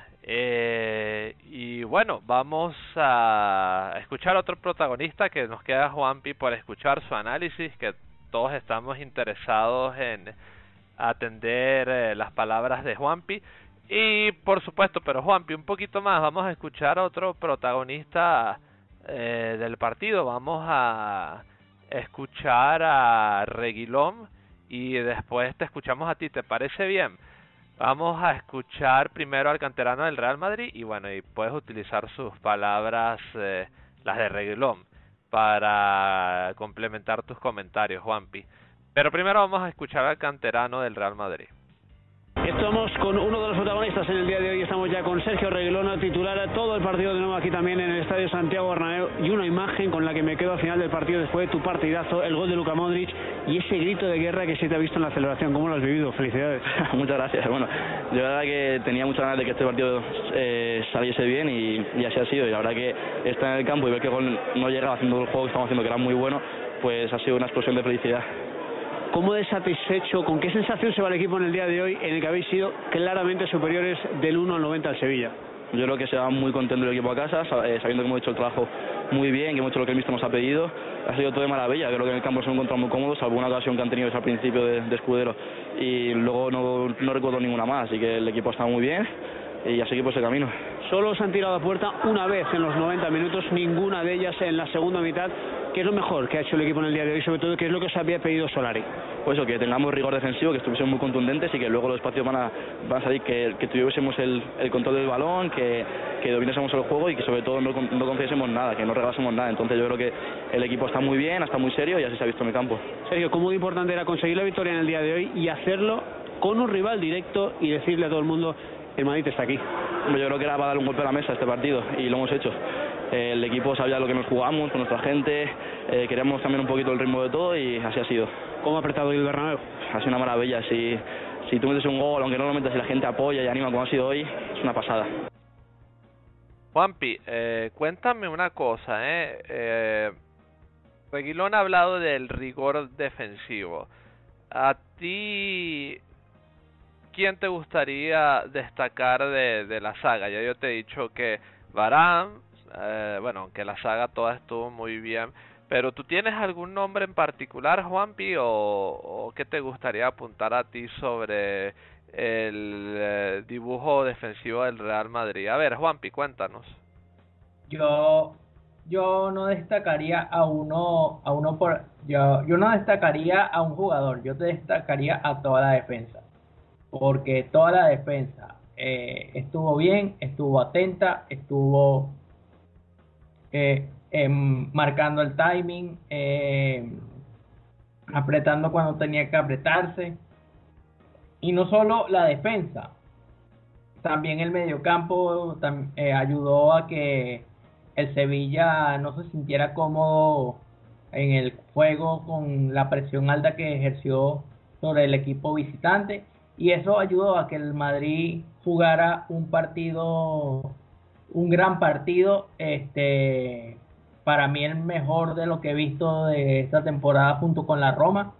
eh, y bueno, vamos a escuchar a otro protagonista que nos queda, Juanpi, por escuchar su análisis, que todos estamos interesados en atender eh, las palabras de Juanpi. Y por supuesto, pero Juanpi, un poquito más, vamos a escuchar a otro protagonista eh, del partido. Vamos a escuchar a Reguilón y después te escuchamos a ti, ¿te parece bien? Vamos a escuchar primero al canterano del Real Madrid y bueno, y puedes utilizar sus palabras, eh, las de Reguilón, para complementar tus comentarios, Juanpi. Pero primero vamos a escuchar al canterano del Real Madrid. Estamos con uno de los protagonistas en el día de hoy. Estamos ya con Sergio Reguilón, titular todo el partido de nuevo aquí también en el Estadio Santiago Bernabéu, y una imagen con la que me quedo al final del partido después de tu partidazo, el gol de Luka Modric y ese grito de guerra que se te ha visto en la celebración. ¿Cómo lo has vivido? Felicidades. Muchas gracias. Bueno, yo la verdad que tenía muchas ganas de que este partido eh, saliese bien y, y así ha sido. Y la verdad que estar en el campo y ver que el gol no llegaba haciendo el juego que estamos haciendo, que era muy bueno, pues ha sido una explosión de felicidad. ¿Cómo de satisfecho, con qué sensación se va el equipo en el día de hoy, en el que habéis sido claramente superiores del uno al noventa al Sevilla? Yo creo que se va muy contento el equipo a casa, sabiendo que hemos hecho el trabajo muy bien, que hemos hecho lo que el míster nos ha pedido. Ha sido todo de maravilla. Creo que en el campo se han encontrado muy cómodos, salvo una ocasión que han tenido al principio de, de Escudero, y luego no, no recuerdo ninguna más, así que el equipo está muy bien y a seguir por ese camino. Solo se han tirado a puerta una vez en los noventa minutos, ninguna de ellas en la segunda mitad. ¿Qué es lo mejor que ha hecho el equipo en el día de hoy? Sobre todo, ¿qué es lo que os había pedido Solari? Pues eso, que tengamos rigor defensivo, que estuviésemos muy contundentes y que luego los espacios van a, van a salir, que, que tuviésemos el, el control del balón, que, que dominásemos el juego y que sobre todo no, no confiésemos nada, que no regalásemos nada. Entonces yo creo que el equipo está muy bien, está muy serio y así se ha visto en el campo. Sergio, ¿cómo de importante era conseguir la victoria en el día de hoy y hacerlo con un rival directo y decirle a todo el mundo: el Madrid está aquí? Yo creo que era para darle un golpe a la mesa a este partido y lo hemos hecho. Eh, el equipo sabía lo que nos jugamos con nuestra gente, eh, queríamos cambiar un poquito el ritmo de todo y así ha sido. ¿Cómo ha apretado hoy el Bernabéu? Ha sido una maravilla. Si, si tú metes un gol, aunque no lo metas, y la gente apoya y anima como ha sido hoy, es una pasada. Juanpi, eh, cuéntame una cosa, eh. eh Reguilón ha hablado del rigor defensivo. ¿A ti quién te gustaría destacar de, de la saga? Ya yo te he dicho que Varane, eh, bueno, aunque la saga toda estuvo muy bien, pero ¿tú tienes algún nombre en particular, Juanpi, o, o qué te gustaría apuntar a ti sobre el eh, dibujo defensivo del Real Madrid? A ver, Juanpi, cuéntanos. Yo yo no destacaría a uno a uno por yo yo no destacaría a un jugador, yo te destacaría a toda la defensa, porque toda la defensa eh, estuvo bien, estuvo atenta, estuvo eh, eh, marcando el timing, eh, apretando cuando tenía que apretarse, y no solo la defensa, también el mediocampo tam, eh, ayudó a que el Sevilla no se sintiera cómodo en el juego con la presión alta que ejerció sobre el equipo visitante, y eso ayudó a que el Madrid jugara un partido, un gran partido, este para mí el mejor de lo que he visto de esta temporada junto con la Roma.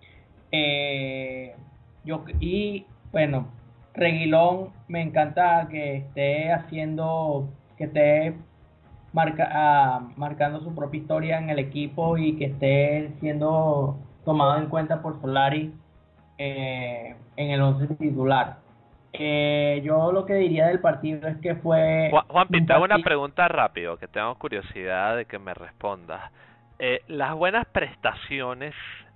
Eh, yo y bueno, Reguilón me encanta que esté haciendo, que esté marca, uh, marcando su propia historia en el equipo y que esté siendo tomado en cuenta por Solari eh, en el once titular. Eh, yo lo que diría del partido es que fue... Juan, Juanpi, te hago una pregunta rápido, que tengo curiosidad de que me respondas. Eh, las buenas prestaciones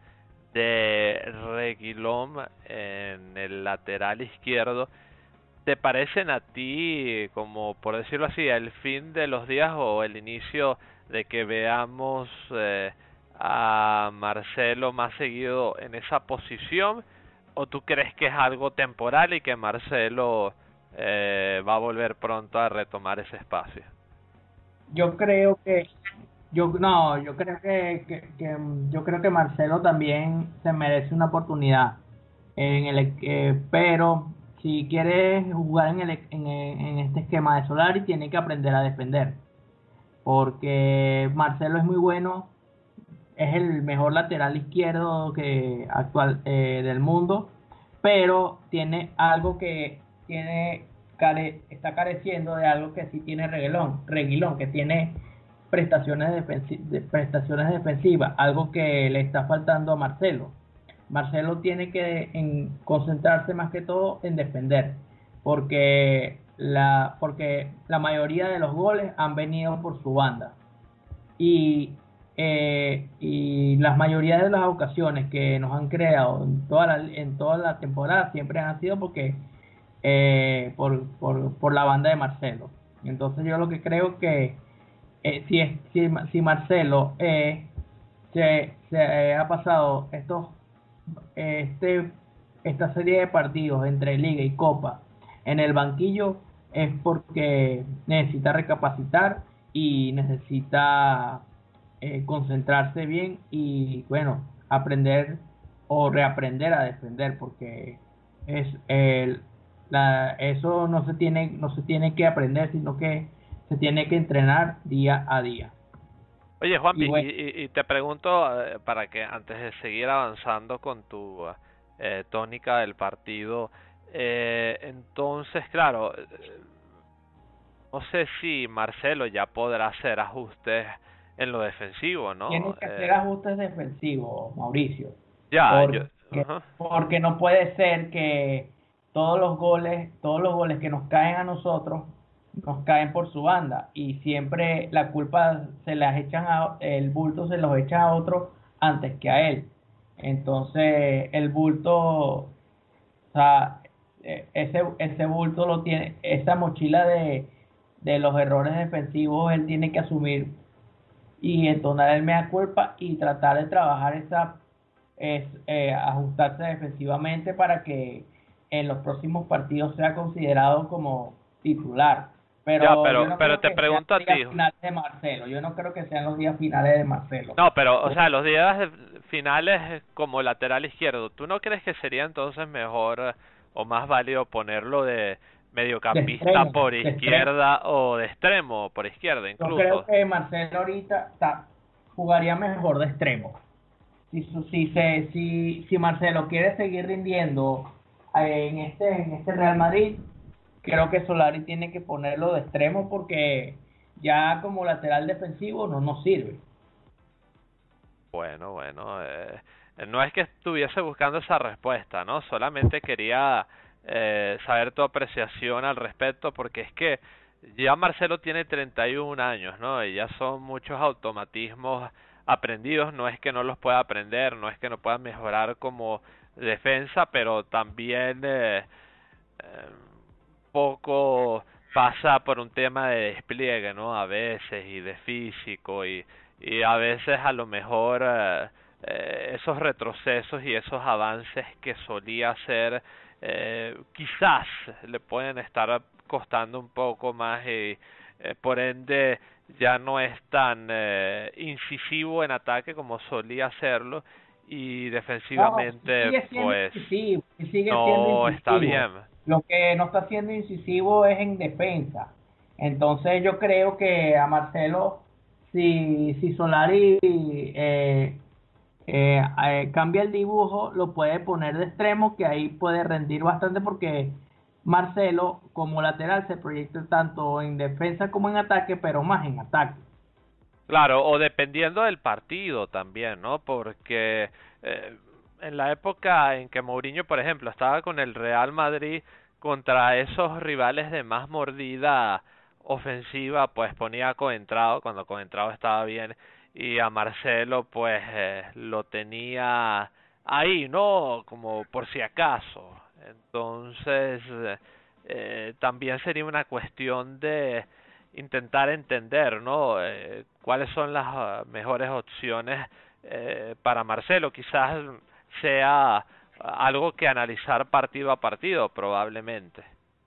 de Reguilón en el lateral izquierdo, ¿te parecen a ti, como por decirlo así, el fin de los días o el inicio de que veamos eh, a Marcelo más seguido en esa posición? ¿O tú crees que es algo temporal y que Marcelo eh, va a volver pronto a retomar ese espacio? Yo creo que yo no, yo creo que, que, que yo creo que Marcelo también se merece una oportunidad en el eh, pero si quiere jugar en el en, en este esquema de Solari tiene que aprender a defender, porque Marcelo es muy bueno. Es el mejor lateral izquierdo que actual eh, del mundo, pero tiene algo que tiene care, está careciendo de algo que sí tiene Reguilón, Reguilón que tiene prestaciones defensi de, prestaciones defensivas, algo que le está faltando a Marcelo. Marcelo tiene que en, concentrarse más que todo en defender, porque la porque la mayoría de los goles han venido por su banda. y eh, y la mayoría de las ocasiones que nos han creado en toda la, en toda la temporada siempre han sido porque eh, por, por, por la banda de Marcelo. Entonces yo lo que creo que eh, si, es, si, si Marcelo eh, se, se eh, ha pasado estos este esta serie de partidos entre Liga y Copa en el banquillo, es porque necesita recapacitar y necesita eh, concentrarse bien y bueno, aprender o reaprender a defender, porque es el, la, eso no se tiene no se tiene que aprender, sino que se tiene que entrenar día a día. Oye, Juanpi, y, bueno, y, y te pregunto, eh, para que antes de seguir avanzando con tu eh, tónica del partido, eh, entonces, claro, eh, no sé si Marcelo ya podrá hacer ajustes en lo defensivo, ¿no? Tiene que eh, hacer ajustes defensivos, Mauricio. Ya, porque, yo, uh-huh. porque no puede ser que todos los goles, todos los goles que nos caen a nosotros nos caen por su banda y siempre la culpa se las echan a, el bulto se los echa a otro antes que a él. Entonces el bulto, o sea, ese ese bulto lo tiene, esa mochila de, de los errores defensivos él tiene que asumir y entonar el mea culpa y tratar de trabajar esa es eh, ajustarse defensivamente para que en los próximos partidos sea considerado como titular. Pero, ya, pero, yo no pero creo te que pregunto a sean los ti. días finales de Marcelo. Yo no creo que sean los días finales de Marcelo. No, pero, o sea, los días finales como lateral izquierdo, ¿tú no crees que sería entonces mejor eh, o más válido ponerlo de mediocampista de extremo, por de izquierda extremo. O de extremo por izquierda incluso? Yo creo que Marcelo ahorita está, jugaría mejor de extremo. Si, si, se, si, si Marcelo quiere seguir rindiendo en este, en este Real Madrid, creo que Solari tiene que ponerlo de extremo porque ya como lateral defensivo no nos sirve. Bueno, bueno, eh, no es que estuviese buscando esa respuesta, ¿no? Solamente quería eh, saber tu apreciación al respecto, porque es que ya Marcelo tiene treinta y un años, ¿no? Y ya son muchos automatismos aprendidos, no es que no los pueda aprender, no es que no pueda mejorar como defensa, pero también eh, eh, poco pasa por un tema de despliegue, ¿no? A veces, y de físico, y, y a veces a lo mejor eh, eh, esos retrocesos y esos avances que solía hacer eh, quizás le pueden estar costando un poco más y eh, por ende ya no es tan eh, incisivo en ataque como solía hacerlo y defensivamente no, sigue pues incisivo, sigue no siendo está bien. Lo que no está siendo incisivo es en defensa. Entonces yo creo que a Marcelo, si, si Solari eh, eh, eh, cambia el dibujo, lo puede poner de extremo, que ahí puede rendir bastante porque Marcelo como lateral se proyecta tanto en defensa como en ataque, pero más en ataque. Claro, o dependiendo del partido también, ¿no? Porque eh, en la época en que Mourinho, por ejemplo, estaba con el Real Madrid contra esos rivales de más mordida ofensiva, pues ponía a Coentrao cuando Coentrao estaba bien y a Marcelo pues eh, lo tenía ahí, ¿no? Como por si acaso. Entonces eh, también sería una cuestión de intentar entender, ¿no? Eh, cuáles son las uh, mejores opciones eh, para Marcelo. Quizás sea algo que analizar partido a partido, probablemente.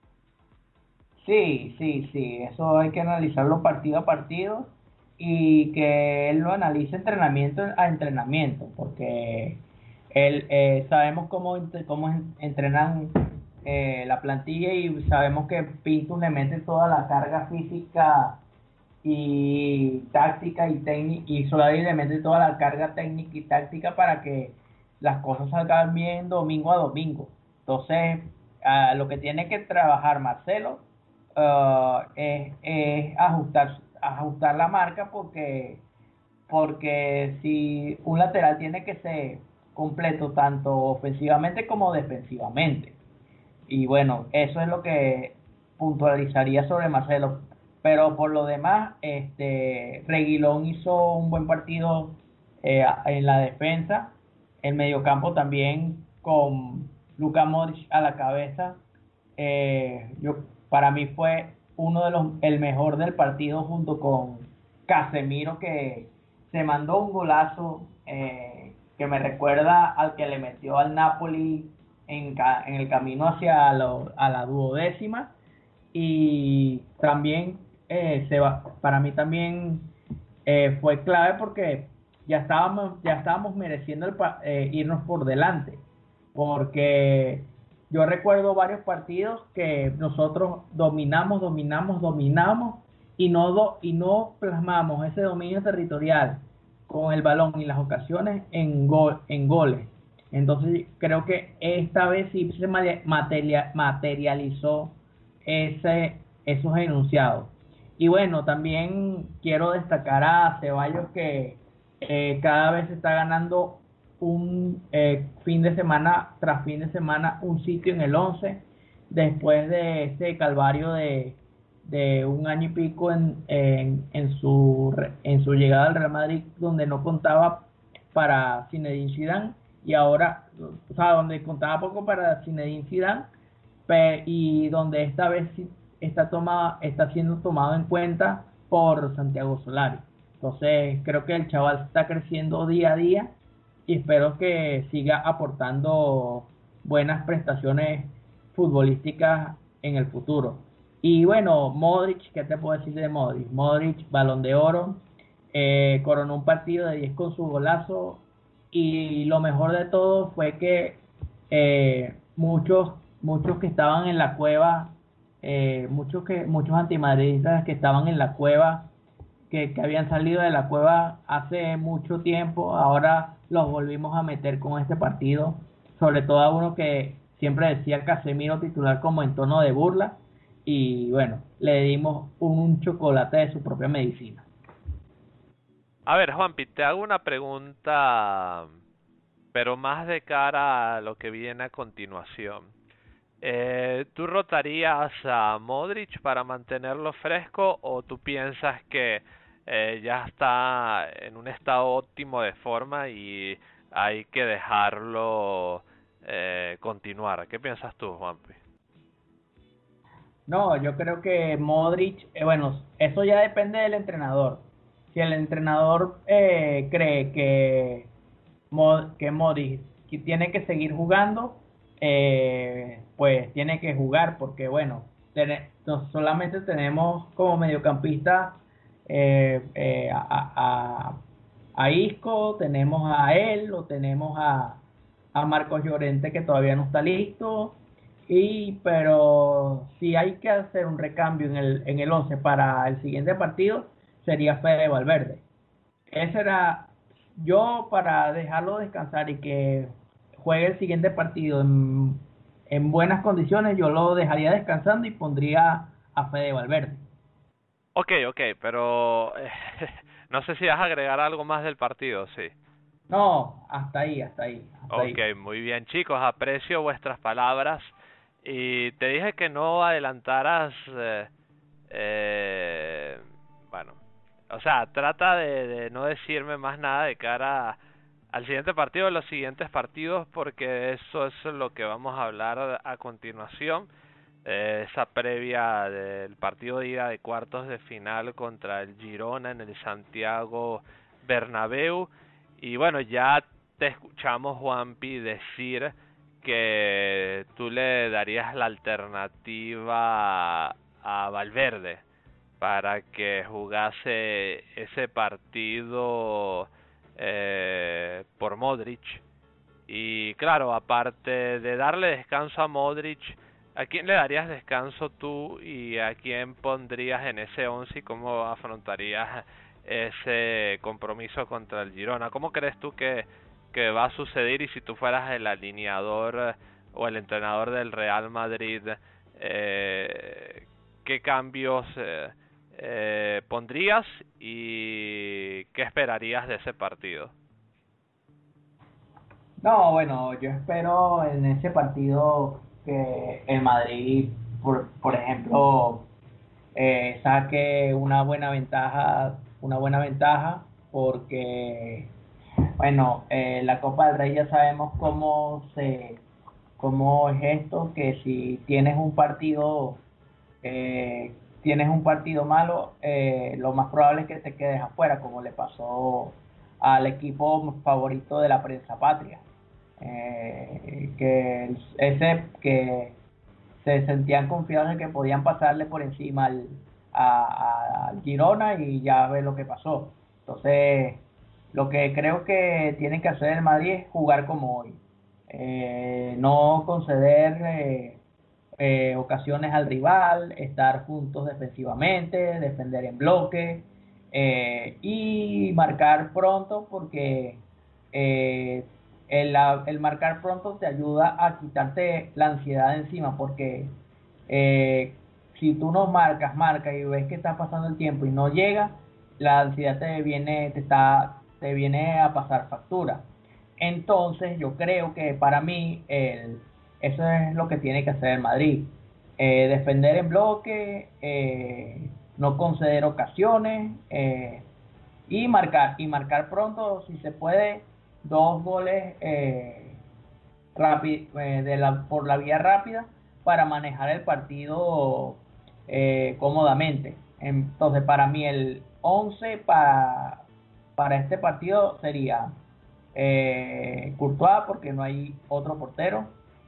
Sí, sí, sí, eso hay que analizarlo partido a partido y que él lo analice entrenamiento a entrenamiento, porque él eh, sabemos cómo, cómo entrenan eh, la plantilla y sabemos que Pintus le mete toda la carga física y táctica y técnica, y Solari le mete toda la carga técnica y táctica para que las cosas salgan bien domingo a domingo. Entonces, uh, lo que tiene que trabajar Marcelo uh, es, es ajustar ajustar la marca, porque porque si un lateral tiene que ser completo tanto ofensivamente como defensivamente. Y bueno, eso es lo que puntualizaría sobre Marcelo. pero por lo demás, este Reguilón hizo un buen partido eh, en la defensa, el mediocampo también con Luka Modric a la cabeza. Eh, yo para mí fue uno de los el mejor del partido junto con Casemiro, que se mandó un golazo eh, que me recuerda al que le metió al Napoli en, en el camino hacia lo, a la duodécima. Y también eh, se va, para mí también eh, fue clave porque ya estábamos ya estábamos mereciendo el, eh, irnos por delante, porque yo recuerdo varios partidos que nosotros dominamos, dominamos, dominamos y no do, y no plasmamos ese dominio territorial con el balón y las ocasiones en gol, en goles. Entonces creo que esta vez sí se materia, materializó ese esos enunciados. Y bueno, también quiero destacar a Ceballos, que eh, cada vez está ganando un eh, fin de semana tras fin de semana un sitio en el once, después de ese calvario de, de un año y pico en, en, en, su, en su llegada al Real Madrid, donde no contaba para Zinedine Zidane, y ahora, o sea, donde contaba poco para Zinedine Zidane, pe, y donde esta vez sí está, tomada, está siendo tomado en cuenta por Santiago Solari. Entonces creo que el chaval está creciendo día a día y espero que siga aportando buenas prestaciones futbolísticas en el futuro. Y bueno, Modric, ¿qué te puedo decir de Modric? Modric, Balón de Oro, eh, coronó un partido de diez con su golazo, y lo mejor de todo fue que eh, muchos muchos que estaban en la cueva, eh, muchos que muchos antimadridistas que estaban en la cueva, que, que habían salido de la cueva hace mucho tiempo, ahora los volvimos a meter con este partido, sobre todo a uno que siempre decía Casemiro titular como en tono de burla, y bueno, le dimos un, un chocolate de su propia medicina. A ver, Juanpi, te hago una pregunta, pero más de cara a lo que viene a continuación. Eh, ¿Tú rotarías a Modric para mantenerlo fresco, o tú piensas que eh, ya está en un estado óptimo de forma y hay que dejarlo eh, continuar? ¿Qué piensas tú, Juanpi? No, yo creo que Modric, eh, bueno, eso ya depende del entrenador. Si el entrenador eh, cree que, Mod, que Modric tiene que seguir jugando, eh, pues tiene que jugar, porque bueno, ten, no solamente tenemos como mediocampista eh, eh, a, a, a Isco, tenemos a él, o tenemos a, a Marcos Llorente, que todavía no está listo, y pero si hay que hacer un recambio en el en el once para el siguiente partido, sería Fede Valverde. Ese era yo, para dejarlo descansar y que juegue el siguiente partido en, en buenas condiciones, yo lo dejaría descansando y pondría a Fede Valverde. Ok, ok, pero eh, no sé si vas a agregar algo más del partido, sí. No, hasta ahí, hasta ahí. Hasta ok, ahí. Muy bien, chicos, aprecio vuestras palabras y te dije que no adelantaras, eh, eh, bueno, o sea, trata de, de no decirme más nada de cara a, al siguiente partido o los siguientes partidos, porque eso es lo que vamos a hablar a, a continuación. Eh, esa previa del partido de ida de cuartos de final contra el Girona en el Santiago Bernabéu. Y bueno, ya te escuchamos, Juanpi, decir que tú le darías la alternativa a, a Valverde para que jugase ese partido eh, por Modric. Y claro, aparte de darle descanso a Modric, ¿a quién le darías descanso tú y a quién pondrías en ese once y cómo afrontarías ese compromiso contra el Girona? ¿Cómo crees tú que, que va a suceder? Y si tú fueras el alineador o el entrenador del Real Madrid, eh, ¿qué cambios eh, eh, pondrías y qué esperarías de ese partido? No, bueno, yo espero en ese partido que el Madrid, por, por ejemplo, eh, saque una buena ventaja, una buena ventaja, porque bueno, eh, la Copa del Rey ya sabemos cómo se, cómo es esto, que si tienes un partido, eh, tienes un partido malo, eh, lo más probable es que te quedes afuera, como le pasó al equipo favorito de la prensa patria, eh, que ese que se sentían confiados en que podían pasarle por encima al, a, a- al Girona, y ya ve lo que pasó. Entonces, lo que creo que tiene que hacer el Madrid es jugar como hoy. Eh, no conceder eh, eh, ocasiones al rival, estar juntos defensivamente, defender en bloque, eh, y marcar pronto, porque eh, el, la- el marcar pronto te ayuda a quitarte la ansiedad de encima, porque eh, si tú no marcas, marcas y ves que está pasando el tiempo y no llega, la ansiedad te viene, te está, te viene a pasar factura. Entonces, yo creo que para mí el, eso es lo que tiene que hacer el Madrid. Eh, defender en bloque, eh, no conceder ocasiones, eh, y marcar, y marcar pronto, si se puede, dos goles eh, rápi- eh, de la, por la vía rápida, para manejar el partido eh, cómodamente. Entonces, para mí el once para, para este partido sería eh, Courtois, porque no hay otro portero,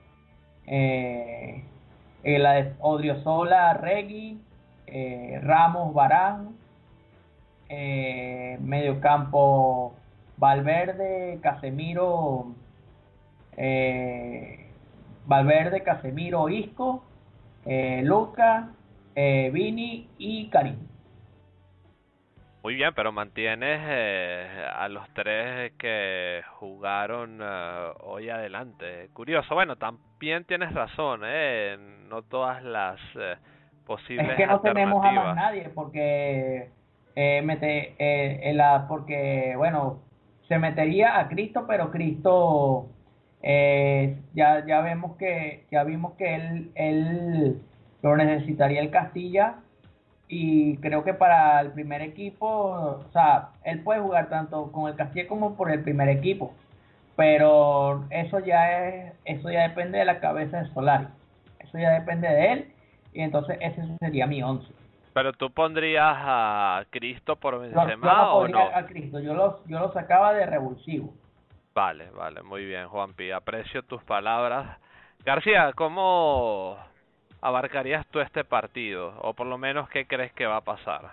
eh, eh, la de Odriozola, Regui, eh, Ramos, Varane, eh, mediocampo Valverde, Casemiro, eh, Valverde, Casemiro, Isco, eh, Luca, eh, Vini y Karim. Muy bien, pero mantienes eh, a los tres que jugaron eh, hoy adelante. Curioso, bueno, también tienes razón, ¿eh? No todas las eh, posibles Es que no tenemos a más alternativas. nadie, porque eh, mete, eh, en la, porque bueno, se metería a Cristo, pero Cristo eh, ya ya vemos que ya vimos que él él lo necesitaría el Castilla, y creo que para el primer equipo, o sea, él puede jugar tanto con el Castilla como por el primer equipo, pero eso ya es eso ya depende de la cabeza de Solari, eso ya depende de él, y entonces ese sería mi once. Pero tú pondrías a Cristo por Yo, yo Benzema no o podría no? a Cristo, yo lo, yo lo sacaba de revulsivo. Vale, vale, muy bien, Juanpi, aprecio tus palabras. García, ¿cómo abarcarías tú este partido? O por lo menos, ¿qué crees que va a pasar?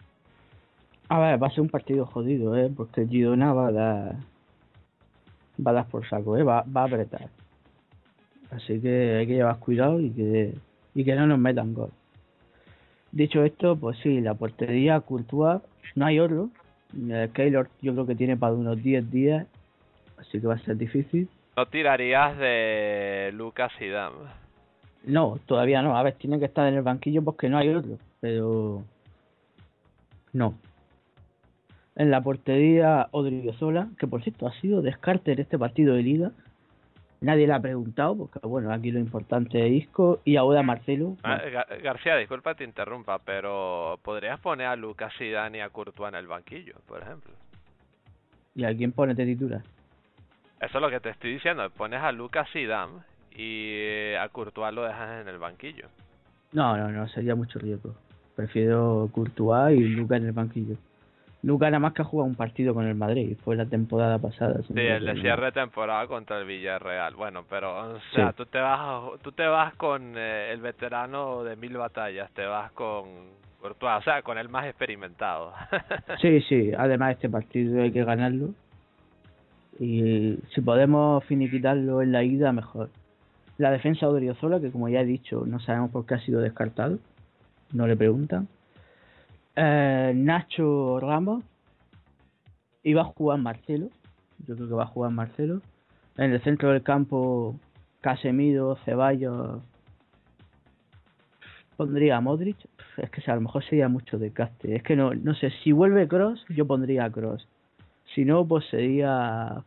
A ver, va a ser un partido jodido, ¿eh? Porque el Girona va a dar, va a dar por saco, ¿eh? Va, va a apretar. Así que hay que llevar cuidado y que, y que no nos metan gol. Dicho esto, pues sí, la portería, Courtois, no hay otro. Eh, Keylor yo creo que tiene para unos diez días, así que va a ser difícil. ¿No tirarías de Lucas Zidane? No, todavía no. A ver, tiene que estar en el banquillo porque no hay otro, pero no. En la portería, Odriozola, que por cierto ha sido descarte en este partido de liga. Nadie le ha preguntado, porque bueno, aquí lo importante es Isco y ahora Marcelo. Ah, Gar- García, disculpa te interrumpa, pero podrías poner a Lucas Zidane y a Courtois en el banquillo, por ejemplo. ¿Y a quién pone de titular? Eso es lo que te estoy diciendo, pones a Lucas Zidane y eh, a Courtois lo dejas en el banquillo. No, no, no, sería mucho riesgo. Prefiero Courtois y Lucas en el banquillo. Lucas nada más que ha jugado un partido con el Madrid, fue la temporada pasada. Sí, el de cierre de temporada contra el Villarreal. Bueno, pero o sea, Sí. tú te vas a- tú te vas con eh, el veterano de mil batallas, te vas con Courtois, o sea, con el más experimentado. Sí, sí, además este partido hay que ganarlo. Y si podemos finiquitarlo en la ida, mejor. La defensa de Odriozola, que como ya he dicho, no sabemos por qué ha sido descartado. No le preguntan. Eh, Nacho Ramos. Y va a jugar Marcelo. Yo creo que va a jugar Marcelo. En el centro del campo, Casemiro, Ceballos. Pondría a Modric. Es que a lo mejor sería mucho desgaste. Es que no, no sé, si vuelve Kroos, yo pondría a Kroos. Si no, pues sería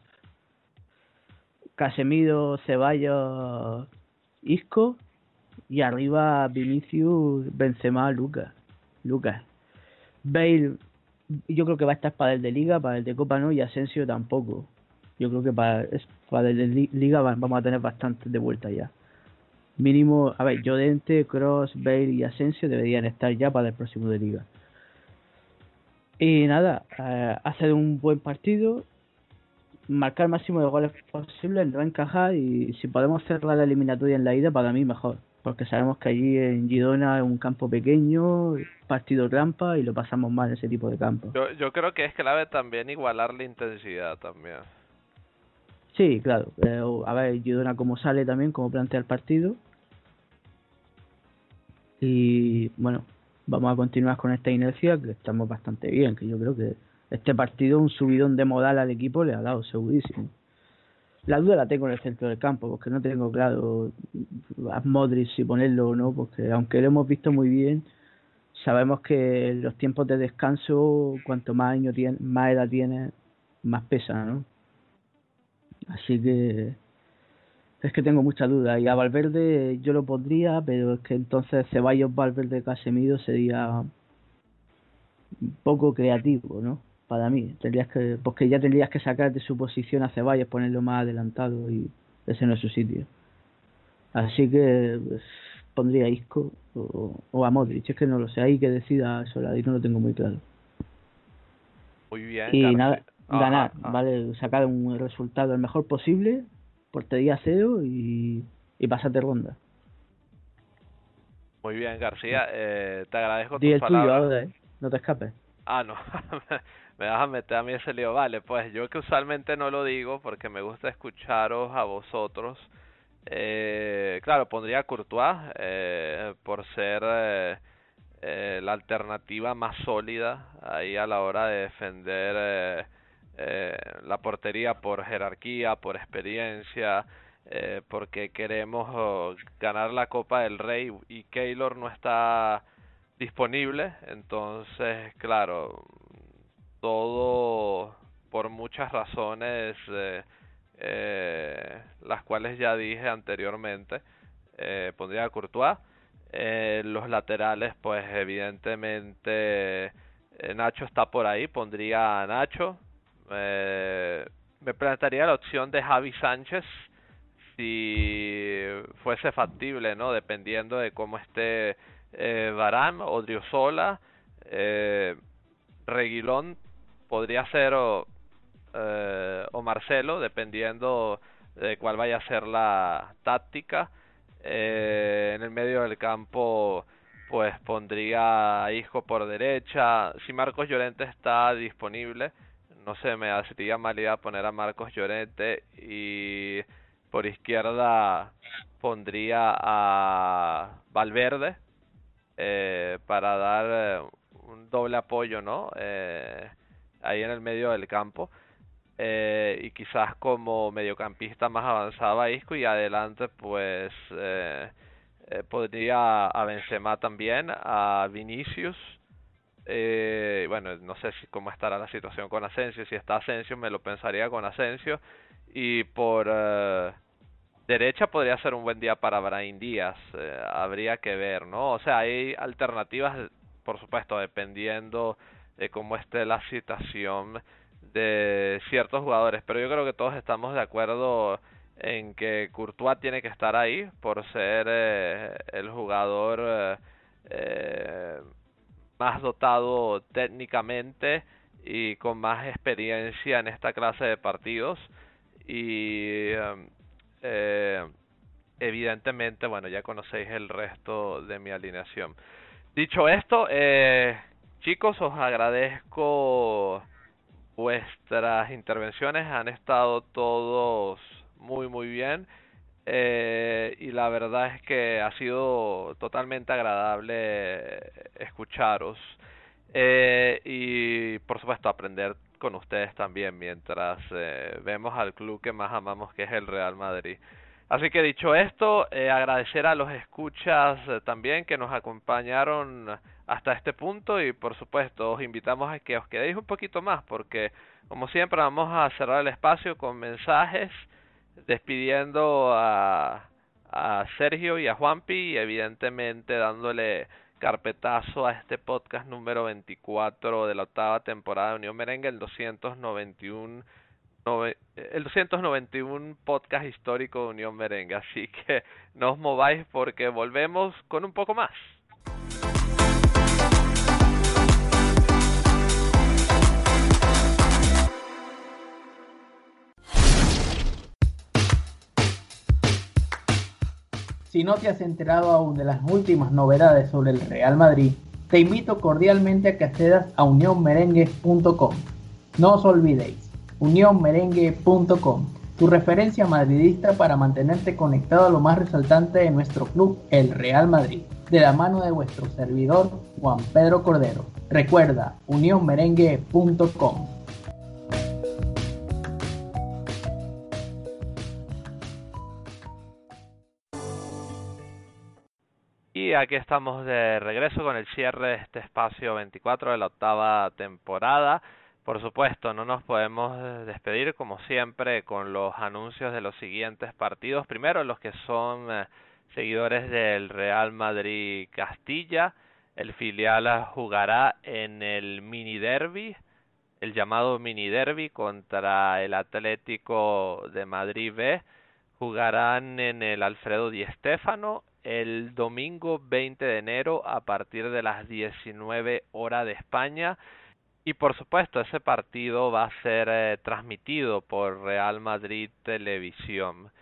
Casemiro, Ceballos, Isco, y arriba Vinicius, Benzema, Lucas. Lucas. Bale, yo creo que va a estar para el de Liga, para el de Copa no, y Asensio tampoco. Yo creo que para, es, para el de Liga vamos a tener bastantes de vuelta ya. Mínimo, a ver, Llorente, Kroos, Bale y Asensio deberían estar ya para el próximo de Liga. Y nada, eh, hacer un buen partido, marcar el máximo de goles posibles, no encajar, y si podemos cerrar la eliminatoria en la ida, para mí mejor. Porque sabemos que allí en Girona es un campo pequeño, partido trampa, y lo pasamos mal en ese tipo de campo. Yo, yo creo que es clave también igualar la intensidad también. Sí, claro. Eh, a ver, Girona cómo sale también, cómo plantea el partido. Y bueno, vamos a continuar con esta inercia, que estamos bastante bien, que yo creo que este partido, un subidón de modal al equipo le ha dado segurísimo. La duda la tengo en el centro del campo, porque no tengo claro a Modric si ponerlo o no, porque aunque lo hemos visto muy bien, sabemos que los tiempos de descanso, cuanto más años tiene, más edad tiene, más pesa, ¿no? Así que es que tengo mucha duda. Y a Valverde yo lo pondría, pero es que entonces Ceballos, Valverde, Casemiro sería un poco creativo, ¿no? Para mí, tendrías que, porque ya tendrías que sacar de su posición a Ceballos, ponerlo más adelantado, y ese no es su sitio. Así que pues, pondría a Isco o, o a Modric, es que no lo sé, ahí que decida Solari, no lo tengo muy claro. Muy bien. Y García. nada, Ah, ganar, ah, ah. ¿vale? Sacar un resultado el mejor posible, portería cero y, y pasarte ronda. Muy bien, García, eh, te agradezco Di tus el tuyo palabras. ahora, ¿eh? No te escapes. Ah, no, me vas a meter a mí ese lío. Vale, pues yo que usualmente no lo digo porque me gusta escucharos a vosotros. Eh, claro, pondría a Courtois eh, por ser eh, eh, la alternativa más sólida ahí a la hora de defender eh, eh, la portería, por jerarquía, por experiencia, eh, porque queremos oh, ganar la Copa del Rey y Keylor no está disponible. Entonces, claro, todo por muchas razones, eh, eh, las cuales ya dije anteriormente, eh, pondría a Courtois. Eh, los laterales, pues evidentemente eh, Nacho está por ahí, pondría a Nacho. Eh, me plantearía la opción de Javi Sánchez si fuese factible, ¿no? Dependiendo de cómo esté eh, Varane o Driosola. eh, Reguilón podría ser o, eh, o Marcelo, dependiendo de cuál vaya a ser la táctica. Eh, en el medio del campo pues pondría a Isco por derecha. Si Marcos Llorente está disponible, no sé, me haría mal idea poner a Marcos Llorente, y por izquierda pondría a Valverde eh, para dar eh, un doble apoyo, ¿no? Eh, ahí en el medio del campo. Eh, y quizás como mediocampista más avanzado a Isco, y adelante pues eh, eh, podría a Benzema también, a Vinicius. Eh, bueno, no sé si cómo estará la situación con Asensio. Si está Asensio, me lo pensaría con Asensio. Y por eh, derecha podría ser un buen día para Brahim Díaz. Eh, habría que ver, ¿no? O sea, hay alternativas, por supuesto, dependiendo de cómo esté la situación de ciertos jugadores. Pero yo creo que todos estamos de acuerdo en que Courtois tiene que estar ahí por ser eh, el jugador eh, eh, más dotado técnicamente y con más experiencia en esta clase de partidos. Y eh, evidentemente, bueno, ya conocéis el resto de mi alineación. Dicho esto, eh, chicos, os agradezco vuestras intervenciones, han estado todos muy muy bien. Eh, y la verdad es que ha sido totalmente agradable escucharos eh, y por supuesto aprender con ustedes también mientras eh, vemos al club que más amamos, que es el Real Madrid. Así que dicho esto, eh, agradecer a los escuchas eh, también que nos acompañaron hasta este punto, y por supuesto os invitamos a que os quedéis un poquito más, porque como siempre vamos a cerrar el espacio con mensajes despidiendo a, a Sergio y a Juanpi, y evidentemente dándole carpetazo a este podcast número veinticuatro de la octava temporada de Unión Merengue, el doscientos noventa y uno, nove, el doscientos noventa y uno podcast histórico de Unión Merengue. Así que no os mováis porque volvemos con un poco más. Si no te has enterado aún de las últimas novedades sobre el Real Madrid, te invito cordialmente a que accedas a unión merengue punto com. No os olvidéis, unión merengue punto com, tu referencia madridista para mantenerte conectado a lo más resaltante de nuestro club, el Real Madrid, de la mano de vuestro servidor, Juan Pedro Cordero. Recuerda, unión merengue punto com. Y aquí estamos de regreso con el cierre de este espacio veinticuatro de la octava temporada. Por supuesto, no nos podemos despedir como siempre con los anuncios de los siguientes partidos. Primero, los que son eh, seguidores del Real Madrid Castilla. El filial jugará en el mini derby, el llamado mini derby contra el Atlético de Madrid B. Jugarán en el Alfredo Di Stéfano el domingo veinte de enero a partir de las diecinueve horas de España. Y por supuesto ese partido va a ser eh, transmitido por Real Madrid Televisión.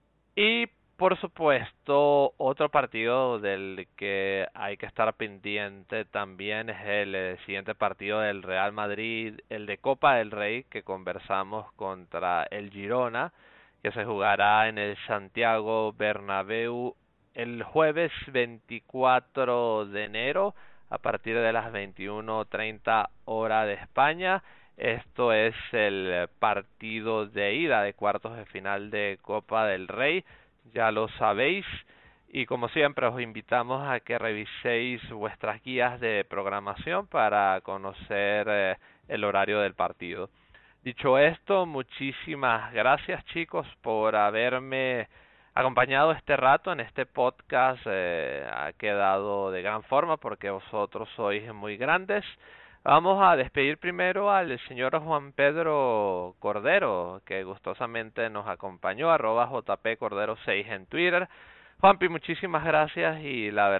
Y por supuesto otro partido del que hay que estar pendiente también es el eh, siguiente partido del Real Madrid, el de Copa del Rey, que conversamos contra el Girona, que se jugará en el Santiago Bernabéu el jueves veinticuatro de enero a partir de las veintiuno treinta hora de España. Esto es el partido de ida de cuartos de final de Copa del Rey, ya lo sabéis, y como siempre os invitamos a que reviséis vuestras guías de programación para conocer eh, el horario del partido. Dicho esto, muchísimas gracias chicos por haberme acompañado este rato en este podcast. Eh, ha quedado de gran forma porque vosotros sois muy grandes. Vamos a despedir primero al señor Juan Pedro Cordero, que gustosamente nos acompañó, arroba J P Cordero seis en Twitter. Juanpi, muchísimas gracias y la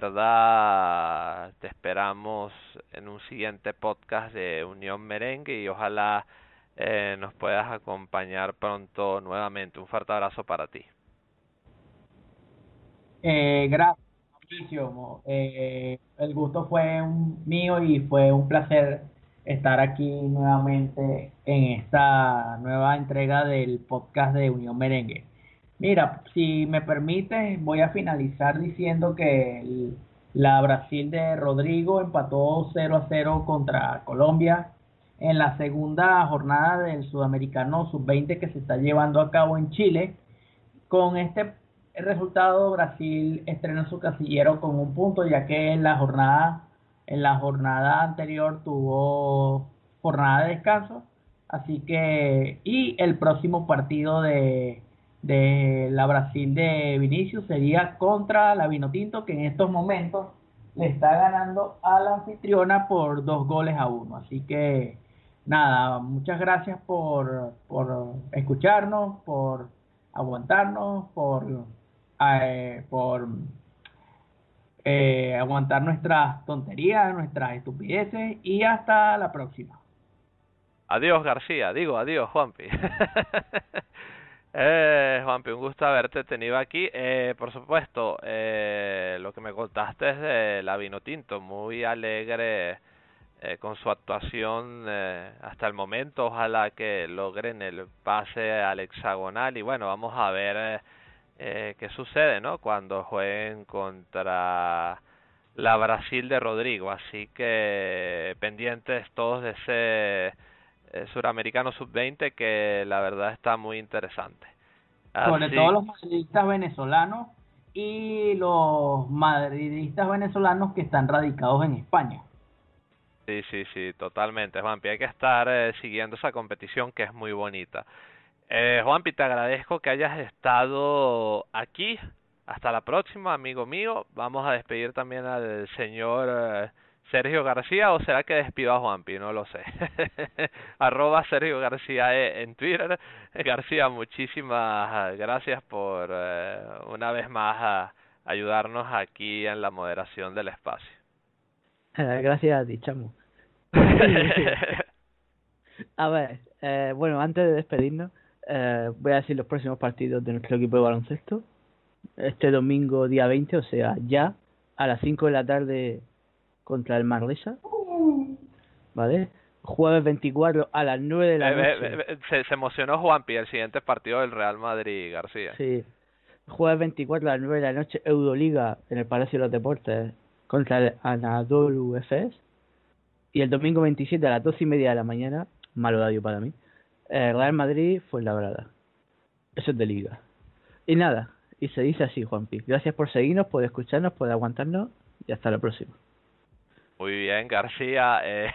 verdad te esperamos en un siguiente podcast de Unión Merengue y ojalá eh, nos puedas acompañar pronto nuevamente. Un fuerte abrazo para ti. Eh, gracias, Mauricio. Eh, el gusto fue un, mío y fue un placer estar aquí nuevamente en esta nueva entrega del podcast de Unión Merengue. Mira, si me permites, voy a finalizar diciendo que el, la Brasil de Rodrigo empató cero a cero contra Colombia en la segunda jornada del Sudamericano sub veinte que se está llevando a cabo en Chile. Con este el resultado, Brasil estrena su casillero con un punto, ya que en la jornada en la jornada anterior tuvo jornada de descanso, así que y el próximo partido de de la Brasil de Vinicius sería contra la Vinotinto, que en estos momentos le está ganando a la anfitriona por dos goles a uno. Así que nada, muchas gracias por por escucharnos, por aguantarnos, por Eh, por eh, aguantar nuestras tonterías, nuestras estupideces y hasta la próxima. Adiós García, digo adiós Juanpi. eh, Juanpi, un gusto haberte tenido aquí. Eh, por supuesto, eh, lo que me contaste es de la Vinotinto, muy alegre eh, con su actuación eh, hasta el momento. Ojalá que logren el pase al hexagonal y bueno, vamos a ver eh, Eh, qué sucede, ¿no? Cuando jueguen contra la Brasil de Rodrigo. Así que pendientes todos de ese eh, suramericano sub veinte que la verdad está muy interesante. Sobre Así... todo los madridistas venezolanos y los madridistas venezolanos que están radicados en España. Sí, sí, sí, totalmente, Juanpi. Hay que estar eh, siguiendo esa competición que es muy bonita. Eh, Juanpi, te agradezco que hayas estado aquí hasta la próxima, amigo mío. Vamos a despedir también al señor eh, Sergio García, o será que despido a Juanpi, no lo sé. Arroba Sergio García e en Twitter. García, muchísimas gracias por eh, una vez más a ayudarnos aquí en la moderación del espacio. Gracias a ti, chamo. A ver, eh, bueno, antes de despedirnos, eh, voy a decir los próximos partidos de nuestro equipo de baloncesto. Este domingo día veinte, o sea, ya a las cinco de la tarde contra el Manresa, ¿vale? Jueves veinticuatro a las nueve de la noche. Eh, eh, se, se emocionó Juanpi, el siguiente partido del Real Madrid, García. Sí, jueves veinticuatro a las nueve de la noche, Euroliga en el Palacio de los Deportes contra el Anadolu Efes. Y el domingo veintisiete a las doce y media de la mañana, mal horario para mí, eh, Real Madrid Fuenlabrada. Eso es de Liga. Y nada, y se dice así, Juanpi. Gracias por seguirnos, por escucharnos, por aguantarnos y hasta la próxima. Muy bien, García. Eh,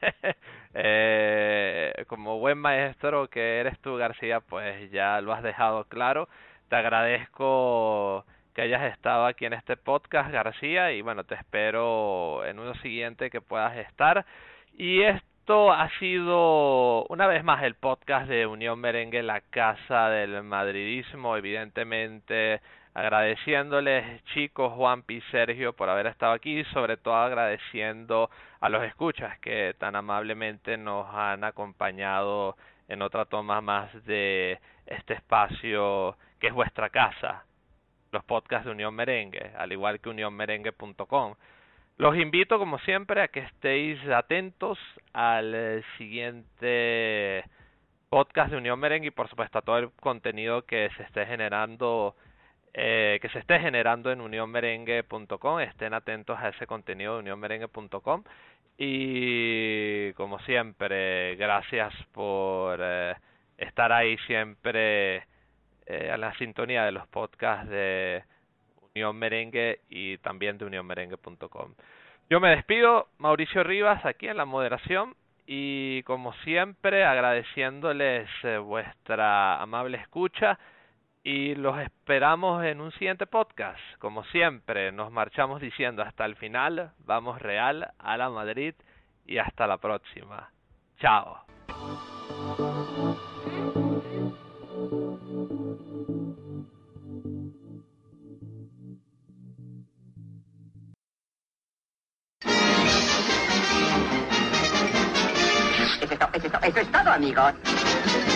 eh, como buen maestro que eres tú, García, pues ya lo has dejado claro. Te agradezco que hayas estado aquí en este podcast, García, y bueno, te espero en uno siguiente que puedas estar. Y esto ha sido una vez más el podcast de Unión Merengue, la casa del madridismo. Evidentemente agradeciéndoles, chicos, Juanpi y Sergio, por haber estado aquí, sobre todo agradeciendo a los escuchas que tan amablemente nos han acompañado en otra toma más de este espacio que es vuestra casa, los podcasts de Unión Merengue, al igual que unión merengue punto com. Los invito, como siempre, a que estéis atentos al siguiente podcast de Unión Merengue y, por supuesto, a todo el contenido que se esté generando eh, que se esté generando en unión merengue punto com. Estén atentos a ese contenido de unión merengue punto com. Y, como siempre, gracias por eh, estar ahí siempre eh, a la sintonía de los podcasts de Unión Merengue y también de unión merengue punto com. Yo me despido, Mauricio Rivas, aquí en la moderación, y como siempre agradeciéndoles eh, vuestra amable escucha, y los esperamos en un siguiente podcast. Como siempre, nos marchamos diciendo hasta el final, vamos Real, a la Madrid, y hasta la próxima. Chao. Eso es todo, amigos.